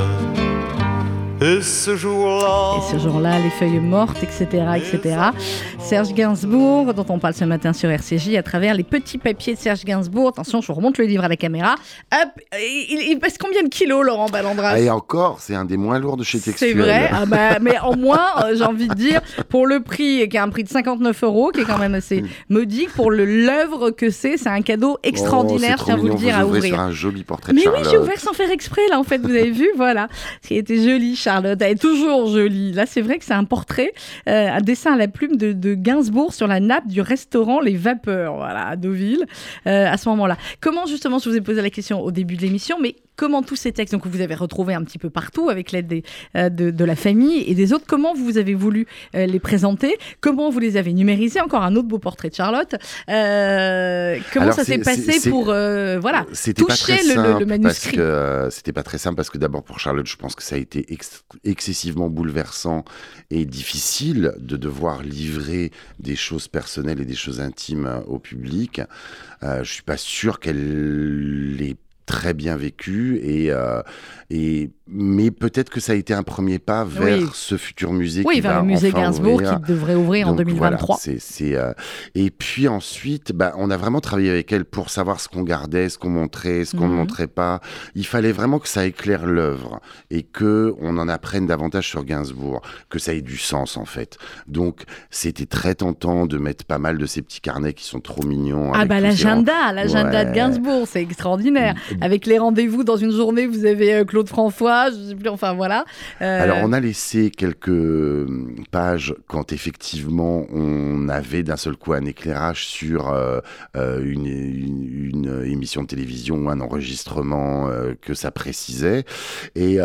Et ce jour-là... Et ce jour-là, les feuilles mortes, et cetera, et cetera. Serge Gainsbourg, dont on parle ce matin sur R C J, à travers les petits papiers de Serge Gainsbourg. Attention, je vous remonte le livre à la caméra. Hop, il, il pèse combien de kilos, Laurent Ballandras? Et encore, c'est un des moins lourds de chez Textuel. C'est vrai, ah bah, mais en moins, euh, j'ai envie de dire, pour le prix, qui est un prix de cinquante-neuf euros, qui est quand même assez modique, pour le, l'œuvre que c'est, c'est un cadeau extraordinaire, oh, je tiens à vous le dire, à ouvrir. Sur un joli portrait de Mais Charlotte. oui, j'ai ouvert sans faire exprès, là, en fait, vous avez vu, voilà. Qui était jolie, Charlotte, elle est toujours jolie. Là, c'est vrai que c'est un portrait, euh, un dessin à la plume de, de Gainsbourg sur la nappe du restaurant Les Vapeurs, voilà, à Deauville, euh, à ce moment-là. Comment, justement, je vous ai posé la question au début de l'émission, mais comment tous ces textes, donc vous avez retrouvé un petit peu partout avec l'aide des, euh, de, de la famille et des autres, comment vous avez voulu euh, les présenter? Comment vous les avez numérisés? Encore un autre beau portrait de Charlotte. Euh, comment Alors, ça c'est- s'est passé c'est- pour euh, voilà, C'était pas toucher très le, le- simple le manuscrit? parce que euh, c'était pas très simple parce que d'abord pour Charlotte, je pense que ça a été ex- excessivement bouleversant et difficile de devoir livrer des choses personnelles et des choses intimes euh, au public. Euh, je suis pas sûr qu'elle l'ait très bien vécu et, euh, et mais peut-être que ça a été un premier pas vers Oui. ce futur musée Oui, qui vers va le musée enfin Gainsbourg ouvrir. qui devrait ouvrir en Donc, deux mille vingt-trois. voilà, c'est, c'est, euh, et puis ensuite, bah, on a vraiment travaillé avec elle pour savoir ce qu'on gardait, ce qu'on montrait, ce qu'on ne Mhm. montrait pas. Il fallait vraiment que ça éclaire l'œuvre et que on en apprenne davantage sur Gainsbourg, que ça ait du sens en fait. Donc c'était très tentant de mettre pas mal de ces petits carnets qui sont trop mignons. Ah avec bah tous ces l'agenda, l'agenda Ouais. de Gainsbourg, c'est extraordinaire. Mm. Avec les rendez-vous dans une journée, vous avez euh, Claude François, je sais plus, enfin voilà. Euh, Alors, on a laissé quelques pages quand effectivement on avait d'un seul coup un éclairage sur euh, euh, une, une, une émission de télévision ou un enregistrement euh, que ça précisait. Et euh,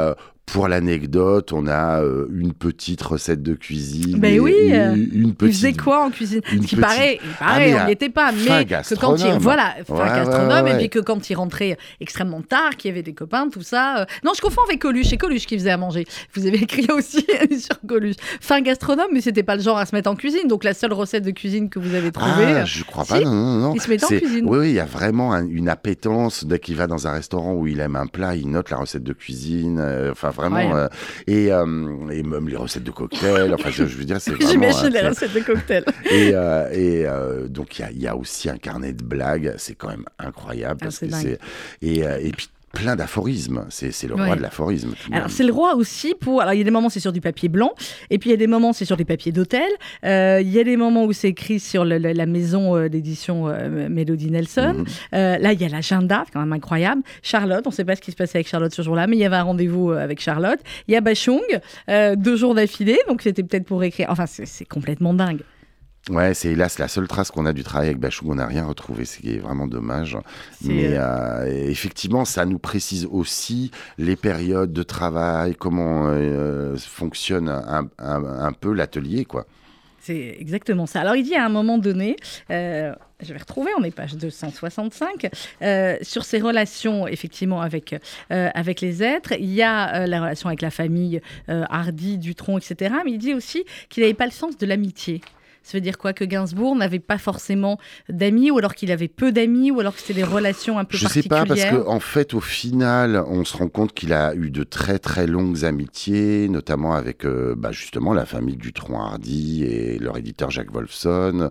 Pour l'anecdote, on a euh, une petite recette de cuisine. Ben oui, et, euh, et une petite. Il faisait quoi en cuisine? Ce qui petite... paraît, il paraît ah, on n'y était pas, mais que quand il voilà, fin ouais, gastronome, ouais, ouais. et puis que quand il rentrait extrêmement tard, qu'il y avait des copains, tout ça. Euh... Non, je confonds avec Coluche, c'est Coluche qui faisait à manger. Vous avez écrit aussi sur Coluche. Fin gastronome, mais c'était pas le genre à se mettre en cuisine. Donc la seule recette de cuisine que vous avez trouvée. Ah, je crois pas. Si, non, non, non. Il se mettait en cuisine. Oui, oui, il y a vraiment un, une appétence dès qu'il va dans un restaurant où il aime un plat, il note la recette de cuisine. Euh, enfin, vraiment. Ouais. Euh, et euh, et même les recettes de cocktails. Enfin, je, je veux dire, c'est vraiment. J'imagine euh, les recettes de cocktails. Et, euh, et euh, donc, il y, y a aussi un carnet de blagues. C'est quand même incroyable. Ah, parce c'est que dingue. c'est... Et, euh, et puis, plein d'aphorismes. C'est, c'est le roi ouais. de l'aphorisme. Alors, c'est le roi aussi pour. Alors, il y a des moments, c'est sur du papier blanc. Et puis, il y a des moments, c'est sur des papiers d'hôtel. Euh, il y a des moments où c'est écrit sur le, le, la maison euh, d'édition euh, Mélodie Nelson. Mm-hmm. Euh, là, il y a l'agenda, c'est quand même incroyable. Charlotte, on ne sait pas ce qui se passait avec Charlotte ce jour-là, mais il y avait un rendez-vous avec Charlotte. Il y a Bachung, euh, deux jours d'affilée. Donc, c'était peut-être pour écrire. Enfin, c'est, c'est complètement dingue. Ouais, c'est hélas la seule trace qu'on a du travail avec Bachung, on n'a rien retrouvé, ce qui est vraiment dommage. C'est... Mais euh, effectivement, ça nous précise aussi les périodes de travail, comment euh, fonctionne un, un, un peu l'atelier, quoi. C'est exactement ça. Alors, il dit à un moment donné, euh, je vais retrouver, on est page deux cent soixante-cinq, euh, sur ses relations, effectivement, avec, euh, avec les êtres. Il y a euh, la relation avec la famille, euh, Hardy, Dutronc, et cetera. Mais il dit aussi qu'il n'avait pas le sens de l'amitié. Ça veut dire quoi? Que Gainsbourg n'avait pas forcément d'amis, ou alors qu'il avait peu d'amis, ou alors que c'était des relations un peu je particulières? Je sais pas, parce qu'en en fait, au final, on se rend compte qu'il a eu de très très longues amitiés, notamment avec euh, bah, justement la famille Dutronc-Hardy et leur éditeur Jacques Wolfson.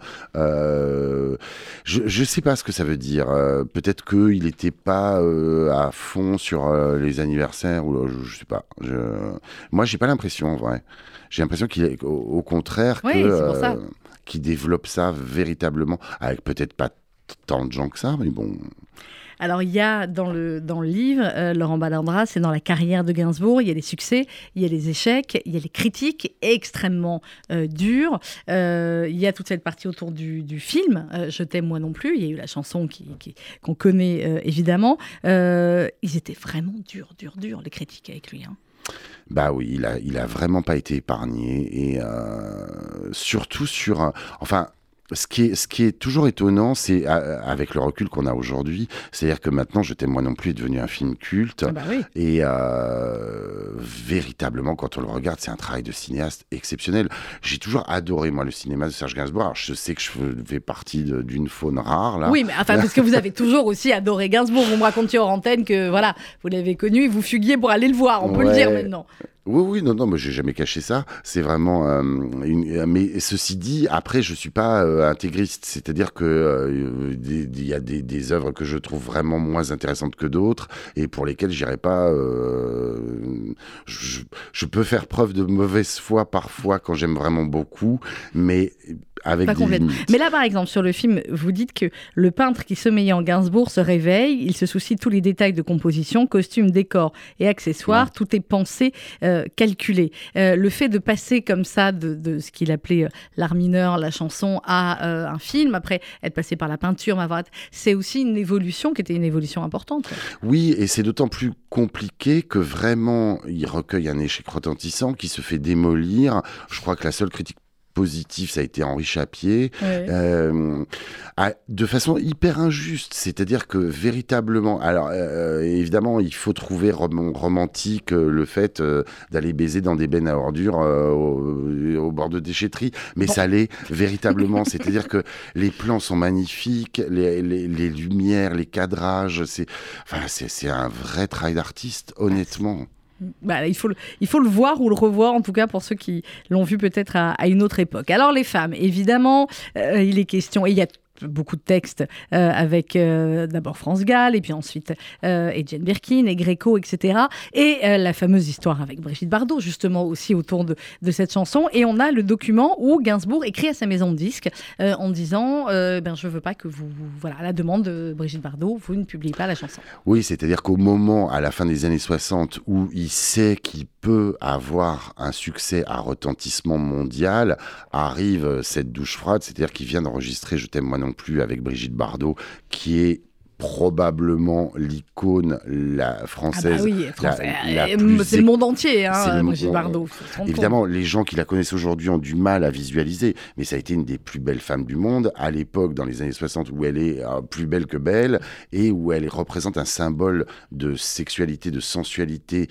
Euh, je ne sais pas ce que ça veut dire. Euh, peut-être qu'il n'était pas euh, à fond sur euh, les anniversaires, ou je, je sais pas. Je... Moi, j'ai pas l'impression, en vrai. J'ai l'impression qu'il est au, au contraire oui, que... c'est pour ça. Euh, qui développe ça véritablement, avec peut-être pas t- tant de gens que ça, mais bon... Alors, il y a dans le, dans le livre, euh, Laurent Ballandra, c'est dans la carrière de Gainsbourg, il y a les succès, il y a les échecs, il y a les critiques extrêmement euh, dures. Euh, il y a toute cette partie autour du, du film, euh, Je t'aime moi non plus. Il y a eu la chanson qui, qui, qu'on connaît euh, évidemment. Euh, ils étaient vraiment durs, durs, durs, les critiques avec lui, hein. Bah oui, il a, il a vraiment pas été épargné, et euh, surtout sur, enfin, ce qui est, ce qui est toujours étonnant, c'est euh, avec le recul qu'on a aujourd'hui, c'est-à-dire que maintenant, Je t'aime moi non plus est devenu un film culte, ah bah oui. et euh, véritablement, quand on le regarde, c'est un travail de cinéaste exceptionnel. J'ai toujours adoré, moi, le cinéma de Serge Gainsbourg. Alors, je sais que je fais partie de, d'une faune rare, là. Oui, mais enfin, parce que vous avez toujours aussi adoré Gainsbourg. Vous me racontiez hors antenne que, voilà, vous l'avez connu et vous fuguiez pour aller le voir, on peut ouais. le dire maintenant. Oui, oui, non, non, mais j'ai jamais caché ça. C'est vraiment. Euh, une, mais ceci dit, après, je suis pas euh, intégriste. C'est-à-dire que euh, il y a des, des œuvres que je trouve vraiment moins intéressantes que d'autres, et pour lesquelles j'irai pas. Euh, je, je peux faire preuve de mauvaise foi parfois quand j'aime vraiment beaucoup, mais avec pas des limites. Mais là, par exemple, sur le film, vous dites que le peintre qui sommeillait en Gainsbourg se réveille, il se soucie de tous les détails de composition, costumes, décors et accessoires. Ouais. Tout est pensé. Euh, calculé. Euh, le fait de passer comme ça de, de ce qu'il appelait euh, l'art mineur, la chanson, à euh, un film, après être passé par la peinture, c'est aussi une évolution qui était une évolution importante. Oui, et c'est d'autant plus compliqué que vraiment, il recueille un échec retentissant qui se fait démolir. Je crois que la seule critique positif, ça a été Henri Chapier, ouais. euh, à, de façon hyper injuste. C'est-à-dire que véritablement, alors euh, évidemment, il faut trouver rom- romantique euh, le fait euh, d'aller baiser dans des bennes à ordures euh, au, au bord de déchetterie, mais bon. Ça l'est véritablement. C'est-à-dire que les plans sont magnifiques, les, les, les lumières, les cadrages, c'est, enfin, c'est, c'est un vrai travail d'artiste, honnêtement. Bah, il, faut le, il faut le voir ou le revoir, en tout cas pour ceux qui l'ont vu peut-être à, à une autre époque. Alors les femmes, évidemment, euh, il est question, et il y a beaucoup de textes euh, avec euh, d'abord France Gall et puis ensuite euh, et Jane Birkin et Gréco, et cetera. Et euh, la fameuse histoire avec Brigitte Bardot, justement aussi autour de, de cette chanson. Et on a le document où Gainsbourg écrit à sa maison de disques euh, en disant euh, ben, je veux pas que vous, vous... Voilà, à la demande de Brigitte Bardot, vous ne publiez pas la chanson. Oui, c'est-à-dire qu'au moment, à la fin des années soixante, où il sait qu'il peut avoir un succès à retentissement mondial, arrive cette douche froide, c'est-à-dire qu'il vient d'enregistrer Je t'aime moi non plus avec Brigitte Bardot, qui est probablement l'icône la française. Ah bah oui, français. La, la plus c'est le monde entier, hein, le, Brigitte on, Bardot. Évidemment, les gens qui la connaissent aujourd'hui ont du mal à visualiser, mais ça a été une des plus belles femmes du monde à l'époque, dans les années soixante, où elle est euh, plus belle que belle et où elle représente un symbole de sexualité, de sensualité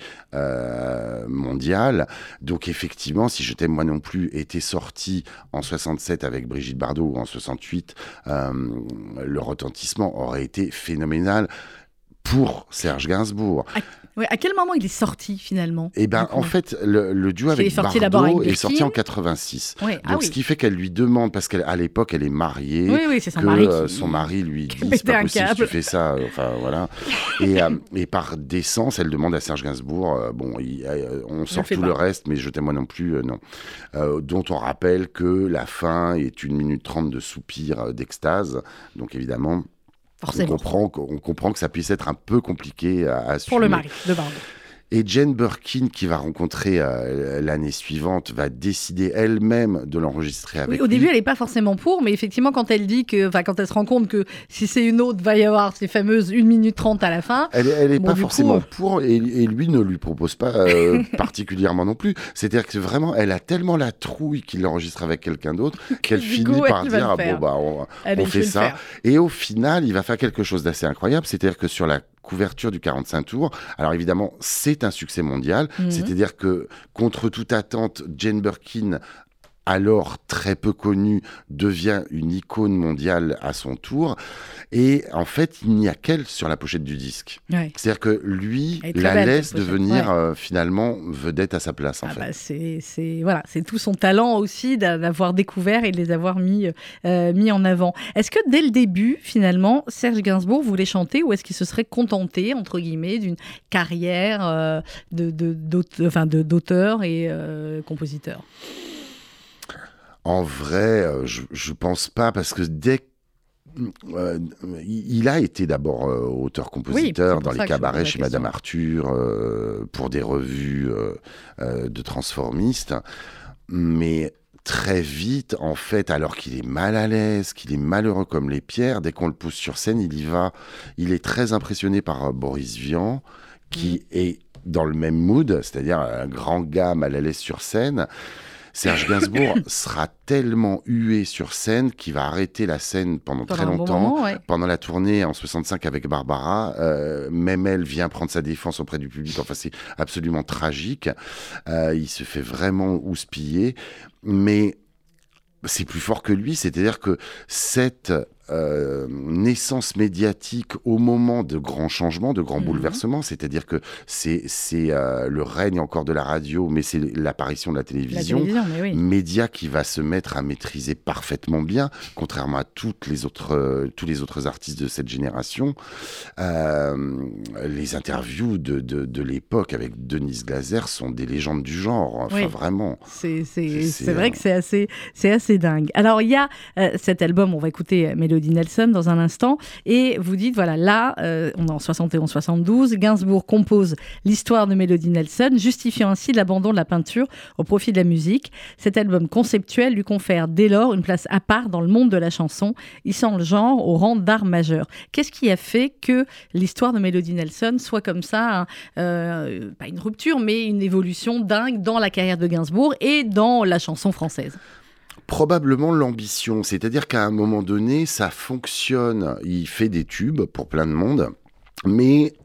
euh, mondiale. Donc effectivement, Si je t'aime moi non plus était sorti en soixante-sept avec Brigitte Bardot ou en soixante-huit, euh, le retentissement aurait été phénoménal pour Serge Gainsbourg. À, ouais, à quel moment il est sorti finalement ? Eh ben, en fait, le, le duo avec sorti Bardot avec est sorti en quatre-vingt-six. Oui. Donc, ah, oui. ce qui fait qu'elle lui demande, parce qu'à l'époque, elle est mariée, oui, oui, c'est son que mari qui... euh, son mari lui dit c'est pas possible si tu fais ça. Enfin voilà. et, euh, et par décence, elle demande à Serge Gainsbourg, euh, bon, il, euh, on sort tout le, le reste, mais je t'aime moi non plus, euh, non. Euh, dont on rappelle que la fin est une minute trente de soupir d'extase. Donc évidemment. On comprend, on comprend que ça puisse être un peu compliqué à, à assumer. Pour le mari de Bardot. Et Jane Birkin, qui va rencontrer euh, l'année suivante, va décider elle-même de l'enregistrer avec oui, au lui. début, elle n'est pas forcément pour, mais effectivement, quand elle dit que, enfin, quand elle se rend compte que si c'est une autre, va y avoir ces fameuses une minute trente à la fin. Elle n'est bon, pas forcément coup... pour, et, et lui ne lui propose pas euh, particulièrement non plus. C'est-à-dire que vraiment, elle a tellement la trouille qu'il l'enregistre avec quelqu'un d'autre qu'elle finit coup, par dire ah, bon bah on, on fait ça. Et au final, il va faire quelque chose d'assez incroyable, c'est-à-dire que sur la couverture du quarante-cinq tours. Alors évidemment, c'est un succès mondial. Mmh. C'est-à-dire que, contre toute attente, Jane Birkin, alors très peu connue, devient une icône mondiale à son tour. Et en fait, il n'y a qu'elle sur la pochette du disque. Ouais. C'est-à-dire que lui la belle, laisse devenir ouais. euh, finalement vedette à sa place. En ah fait. Bah c'est, c'est, voilà, c'est tout son talent aussi d'avoir découvert et de les avoir mis, euh, mis en avant. Est-ce que dès le début, finalement, Serge Gainsbourg voulait chanter ou est-ce qu'il se serait contenté, entre guillemets, d'une carrière euh, de, de, d'auteur, enfin, de, d'auteur et euh, compositeur ? En vrai, euh, je, je pense pas, parce que dès que Euh, il a été d'abord euh, auteur-compositeur oui, dans les cabarets chez Madame Arthur, euh, pour des revues euh, euh, de transformistes, mais très vite, en fait, alors qu'il est mal à l'aise, qu'il est malheureux comme les pierres, dès qu'on le pousse sur scène, il y va. Il est très impressionné par euh, Boris Vian, qui mmh. est dans le même mood, c'est-à-dire un grand gars mal à l'aise sur scène. Serge Gainsbourg sera tellement hué sur scène qu'il va arrêter la scène pendant, pendant très longtemps. Bon moment, ouais. Pendant la tournée en soixante-cinq avec Barbara, euh, même elle vient prendre sa défense auprès du public. Enfin, c'est absolument tragique. Euh, il se fait vraiment houspiller. Mais c'est plus fort que lui. C'est-à-dire que cette euh, naissance médiatique au moment de grands changements, de grands mmh. bouleversements, c'est-à-dire que c'est, c'est euh, le règne encore de la radio, mais c'est l'apparition de la télévision, la télévision mais oui. média qui va se mettre à maîtriser parfaitement bien, contrairement à toutes les autres, euh, tous les autres artistes de cette génération. Euh, les interviews de, de, de l'époque avec Denise Glaser sont des légendes du genre, enfin oui. vraiment. C'est, c'est, c'est, c'est, c'est vrai euh... que c'est assez, c'est assez dingue. Alors il y a euh, cet album, on va écouter Mélodie Nelson dans un instant, et vous dites, voilà, là, euh, on est en soixante et onze soixante-douze, Gainsbourg compose l'histoire de Mélodie Nelson, justifiant ainsi l'abandon de la peinture au profit de la musique. Cet album conceptuel lui confère dès lors une place à part dans le monde de la chanson, hissant le genre au rang d'art majeur. Qu'est-ce qui a fait que l'histoire de Mélodie Nelson soit comme ça, hein, euh, pas une rupture, mais une évolution dingue dans la carrière de Gainsbourg et dans la chanson française ? Probablement l'ambition, c'est-à-dire qu'à un moment donné, ça fonctionne, il fait des tubes pour plein de monde, mais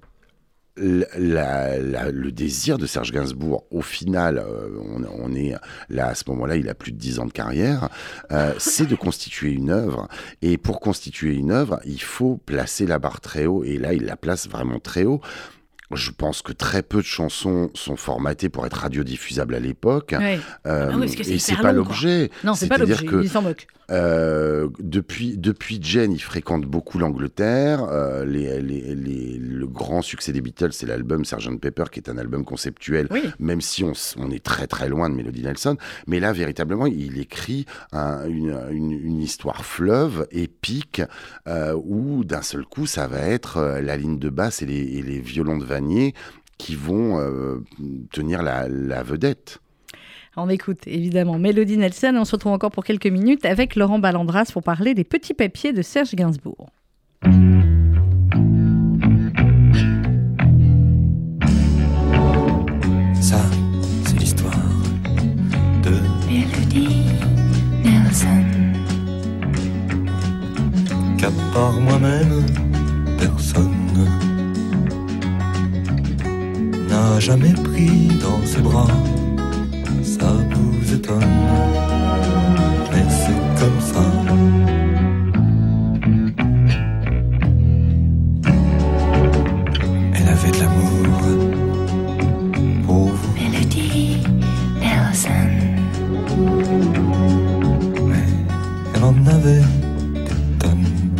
la, la, le désir de Serge Gainsbourg, au final, euh, on, on est là, à ce moment-là, il a plus de dix ans de carrière, euh, c'est de constituer une œuvre, et pour constituer une œuvre, il faut placer la barre très haut, et là, il la place vraiment très haut. Je pense que très peu de chansons sont formatées pour être radiodiffusables à l'époque. Ouais. Euh, ah oui, c'est et c'est pas long, l'objet. Non, c'est, c'est pas l'objet, que, il s'en moque. Euh, depuis, depuis Jane, il fréquente beaucoup l'Angleterre. Euh, les, les, les, le grand succès des Beatles, c'est l'album sergent Pepper, qui est un album conceptuel, oui. même si on, on est très très loin de Mélodie Nelson. Mais là, véritablement, il écrit un, une, une, une histoire fleuve, épique, euh, où d'un seul coup, ça va être la ligne de basse et les, et les violons de Vanier qui vont euh, tenir la, la vedette. On écoute évidemment Mélodie Nelson et on se retrouve encore pour quelques minutes avec Laurent Ballandras pour parler des petits papiers de Serge Gainsbourg. par moi-même, personne n'a jamais pris dans ses bras. Ça vous étonne, mais c'est comme ça. Elle avait de l'amour pour vous. Mélodie Nelson. Mais elle en avait des tonnes.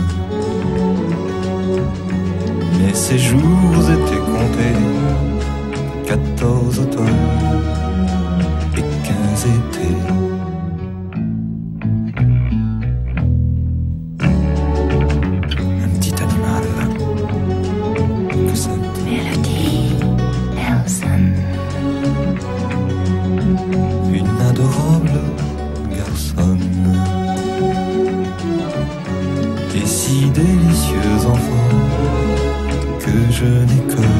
Mais ses jours étaient comptés. Quatorze automnes et quinze étés. Un petit animal que ça. Mélodie Nelson. Une adorable garçonne. Et si délicieux enfant que je n'ai que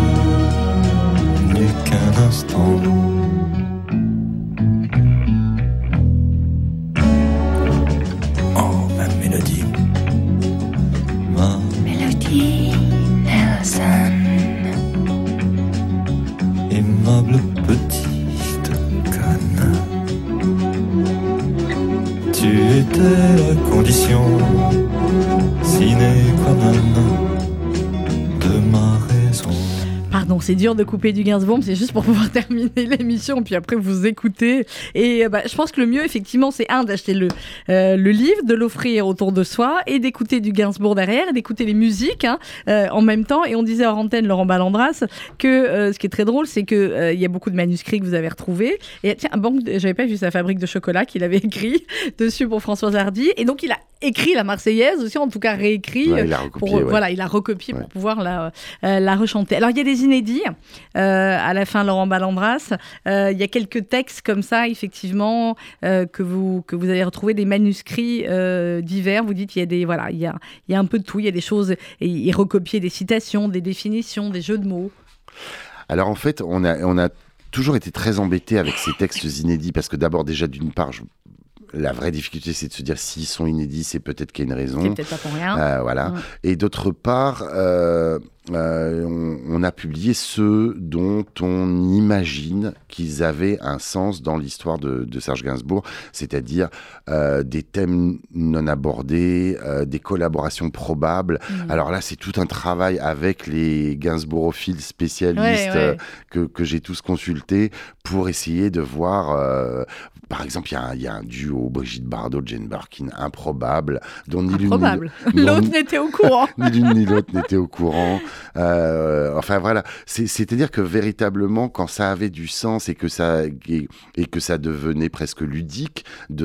qu'un instant. Oh, ma mélodie, ma Mélodie Nelson. aimable petite conne. Tu étais la condition sine qua non de ma raison. Pardon, c'est dur de couper du Gainsbourg, mais c'est juste pour pouvoir terminer l'émission, puis après vous écouter. Et bah, je pense que le mieux, effectivement, c'est un, d'acheter le, euh, le livre, de l'offrir autour de soi, et d'écouter du Gainsbourg derrière, et d'écouter les musiques hein, euh, en même temps. Et on disait hors antenne, Laurent Ballandras, que euh, ce qui est très drôle, c'est qu'il euh, y a beaucoup de manuscrits que vous avez retrouvés. Et tiens, bon, j'avais pas vu sa fabrique de chocolat qu'il avait écrit dessus pour Françoise Hardy. Et donc, il a écrit la Marseillaise aussi, en tout cas réécrit. Ouais, il a recopié, pour, ouais. Voilà, il a recopié Ouais. pour pouvoir la, euh, la rechanter. Alors, il y a des inédits, euh, à la fin, Laurent Ballandras. Euh, il y a quelques textes comme ça, effectivement, euh, que, vous, que vous avez retrouvés, des manuscrits euh, divers. Vous dites, il y a des, voilà, il y a, il y a un peu de tout. Il y a des choses, et il recopiait des citations, des définitions, des jeux de mots. Alors en fait, on a, on a toujours été très embêtés avec ces textes inédits parce que d'abord, déjà, d'une part, je... la vraie difficulté, c'est de se dire s'ils sont inédits, c'est peut-être qu'il y a une raison. C'est peut-être pas pour rien. Euh, voilà. Ouais. Et d'autre part, euh, euh, on, on a publié ceux dont on imagine qu'ils avaient un sens dans l'histoire de, de Serge Gainsbourg, c'est-à-dire euh, des thèmes non abordés, euh, des collaborations probables. Mmh. Alors là, c'est tout un travail avec les Gainsbourophiles spécialistes Ouais, ouais. euh, que, que j'ai tous consultés pour essayer de voir... Euh, par exemple, il y, y a un duo Brigitte Bardot, Jane Birkin, improbable, dont ni l'une ni Improbable. dont- L'autre n'était au courant. ni l'une ni l'autre n'était au courant. Euh, enfin voilà, c'est, c'est-à-dire que véritablement, quand ça avait du sens et que ça et, et que ça devenait presque ludique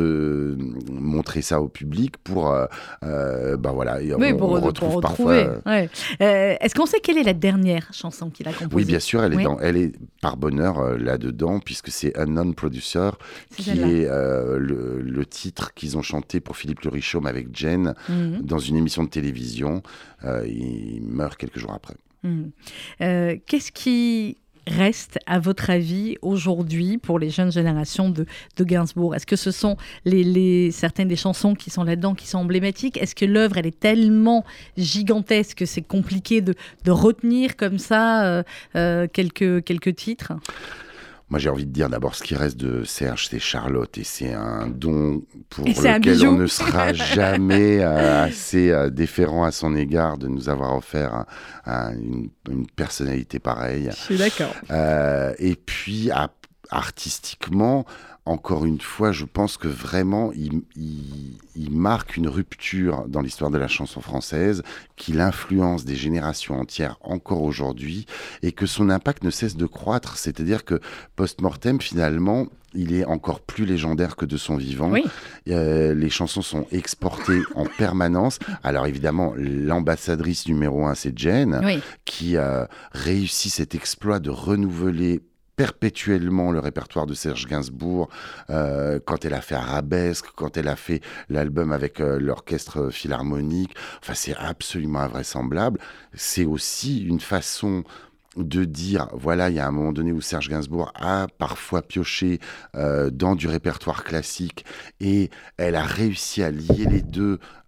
de montrer ça au public pour, euh, euh, ben voilà, et Oui, on, pour, on pour retrouve retrouver. parfois. Ouais. Euh, est-ce qu'on sait quelle est la dernière chanson qu'il a composée? Oui, bien sûr, elle est, Oui. dans, elle est par bonheur euh, là-dedans, puisque c'est Unknown Producer, C'est qui celle-là. est euh, le, le titre qu'ils ont chanté pour Philippe Le Richaume avec Jen Mhm. dans une émission de télévision. Euh, il meurt quelques jours après. Mhm. Euh, qu'est-ce qui reste, à votre avis, aujourd'hui, pour les jeunes générations de, de Gainsbourg? Est-ce que ce sont les, les, certaines des chansons qui sont là-dedans, qui sont emblématiques? Est-ce que l'œuvre, elle est tellement gigantesque que c'est compliqué de, de retenir comme ça euh, euh, quelques, quelques titres? Moi, j'ai envie de dire d'abord, ce qui reste de Serge, c'est Charlotte, et c'est un don pour Et c'est un lequel bijou. on ne sera jamais euh, assez euh, déférent à son égard de nous avoir offert un- un- une, une personnalité pareille. Je suis d'accord. Euh, et puis, à- artistiquement, encore une fois, je pense que vraiment, il, il- il marque une rupture dans l'histoire de la chanson française, qu'il influence des générations entières encore aujourd'hui, et que son impact ne cesse de croître. C'est-à-dire que post-mortem, finalement, il est encore plus légendaire que de son vivant. Oui. Euh, les chansons sont exportées en permanence. Alors évidemment, l'ambassadrice numéro un, c'est Jen, Oui. qui a réussi cet exploit de renouveler perpétuellement le répertoire de Serge Gainsbourg, euh, quand elle a fait Arabesque, quand elle a fait l'album avec euh, l'orchestre philharmonique. Enfin, c'est absolument invraisemblable. C'est aussi une façon de dire, voilà, il y a un moment donné où Serge Gainsbourg a parfois pioché euh, dans du répertoire classique et elle a réussi à lier les deux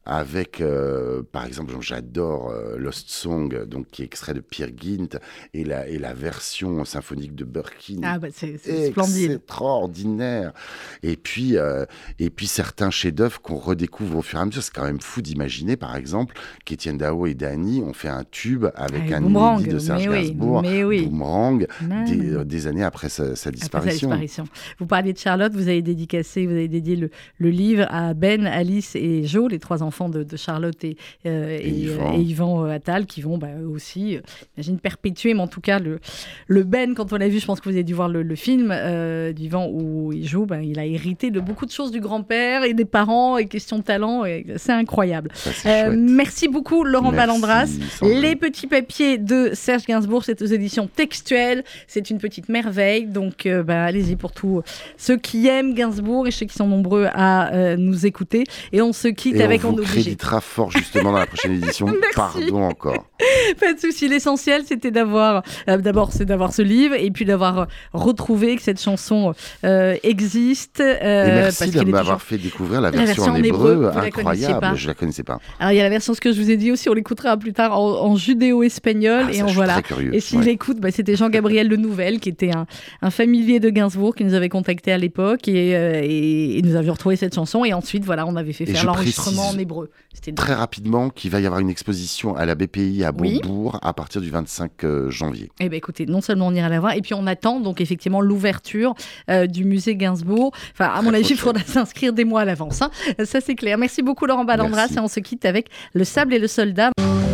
avec, euh, par exemple, j'adore euh, Lost Song, donc qui est extrait de Peer Gynt, et la, et la version symphonique de Burkin. Ah bah c'est, c'est splendide. Extraordinaire. Et puis, euh, et puis certains chefs-d'œuvre qu'on redécouvre au fur et à mesure. C'est quand même fou d'imaginer, par exemple, qu'Étienne Dao et Dany ont fait un tube avec Avec un Boomerang, inédit de Serge mais oui, Gainsbourg, mais oui. Boomerang, Non, des, non. euh, des années après sa, sa Après sa disparition. disparition. Vous parliez de Charlotte, vous avez dédicacé, vous avez dédié le, le livre à Ben, Alice et Jo, les trois enfants de, de Charlotte et, euh, et, Et Yvan. et Yvan euh, Attal, qui vont bah, eux aussi, euh, j'imagine, perpétuer, mais en tout cas, le, le Ben, quand on l'a vu, je pense que vous avez dû voir le, le film euh, d'Yvan où il joue, bah, il a hérité de beaucoup de choses du grand-père et des parents et question de talent, et c'est incroyable. Ça, c'est Euh, chouette. merci beaucoup, Laurent Merci, Ballandras. Sandrine. Les petits papiers de Serge Gainsbourg, c'est aux éditions textuelles. C'est une petite merveille. Donc, euh, bah, allez-y pour tous ceux qui aiment Gainsbourg et ceux qui sont nombreux à euh, nous écouter. Et on se quitte Et avec on On vous est obligé. créditera fort justement dans la prochaine édition. Merci. Pardon encore. Pas de souci. L'essentiel, c'était d'avoir, euh, d'abord, c'est d'avoir ce livre et puis d'avoir euh, retrouvé que cette chanson euh, existe. euh, Et merci parce de qu'il est m'avoir toujours- fait découvrir la La version, version en en hébreu, hébreu. vous la connaissiez Incroyable. pas. Je la connaissais pas. Alors, il y a la version, ce que je vous ai dit aussi, on l'écoutera plus tard en, en judéo-espagnol. Ah, et ça, en je suis voilà. très curieux. Et s'il Ouais. écoute, bah, c'était Jean-Gabriel Le Nouvel, qui était un, un familier de Gainsbourg, qui nous avait contacté à l'époque. Et, euh, et, et nous avions retrouvé cette chanson. Et ensuite, voilà, on avait fait Et faire je l'enregistrement précise en hébreu. C'était Très rapidement, qu'il va y avoir une exposition à la B P I à Oui. Beaubourg à partir du vingt-cinq euh, janvier. Eh ben écoutez, non seulement on ira la voir, et puis on attend donc effectivement l'ouverture euh, du musée Gainsbourg. Enfin, à mon Très avis, il prochaine. faudra s'inscrire des mois à l'avance. hein. Ça, c'est clair. Merci beaucoup, Laurent Ballandras. Merci. Et on se quitte avec Le Sable et le Soldat.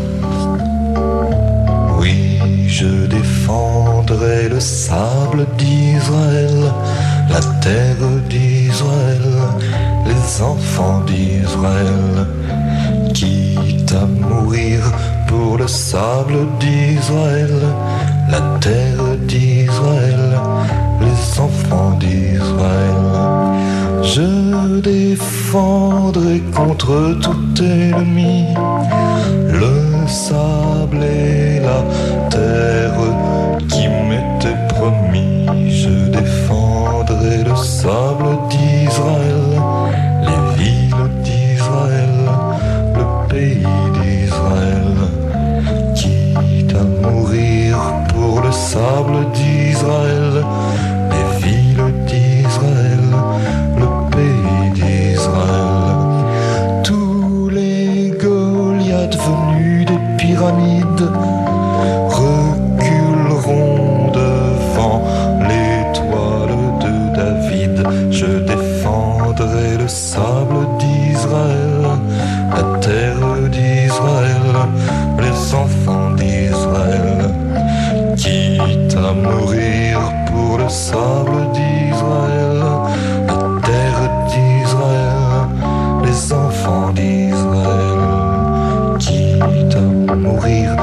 Oui, je défendrai le sable d'Israël, la terre d'Israël, les enfants d'Israël, quitte à mourir pour le sable d'Israël, la terre d'Israël, les enfants d'Israël. Je défendrai contre tout ennemi le sable et la terre qui m'étaient promis. Je défendrai le sable d'Israël, les villes d'Israël, le pays d'Israël. Quitte à mourir pour le sable d'Israël, les villes d'Israël, le pays d'Israël. Tous les Goliaths venus des pyramides reculeront devant l'étoile de David. Je défendrai le sable d'Israël, la terre d'Israël, les enfants d'Israël. Quitte à mourir pour le sable d'Israël, la terre d'Israël, les enfants d'Israël. Quitte à mourir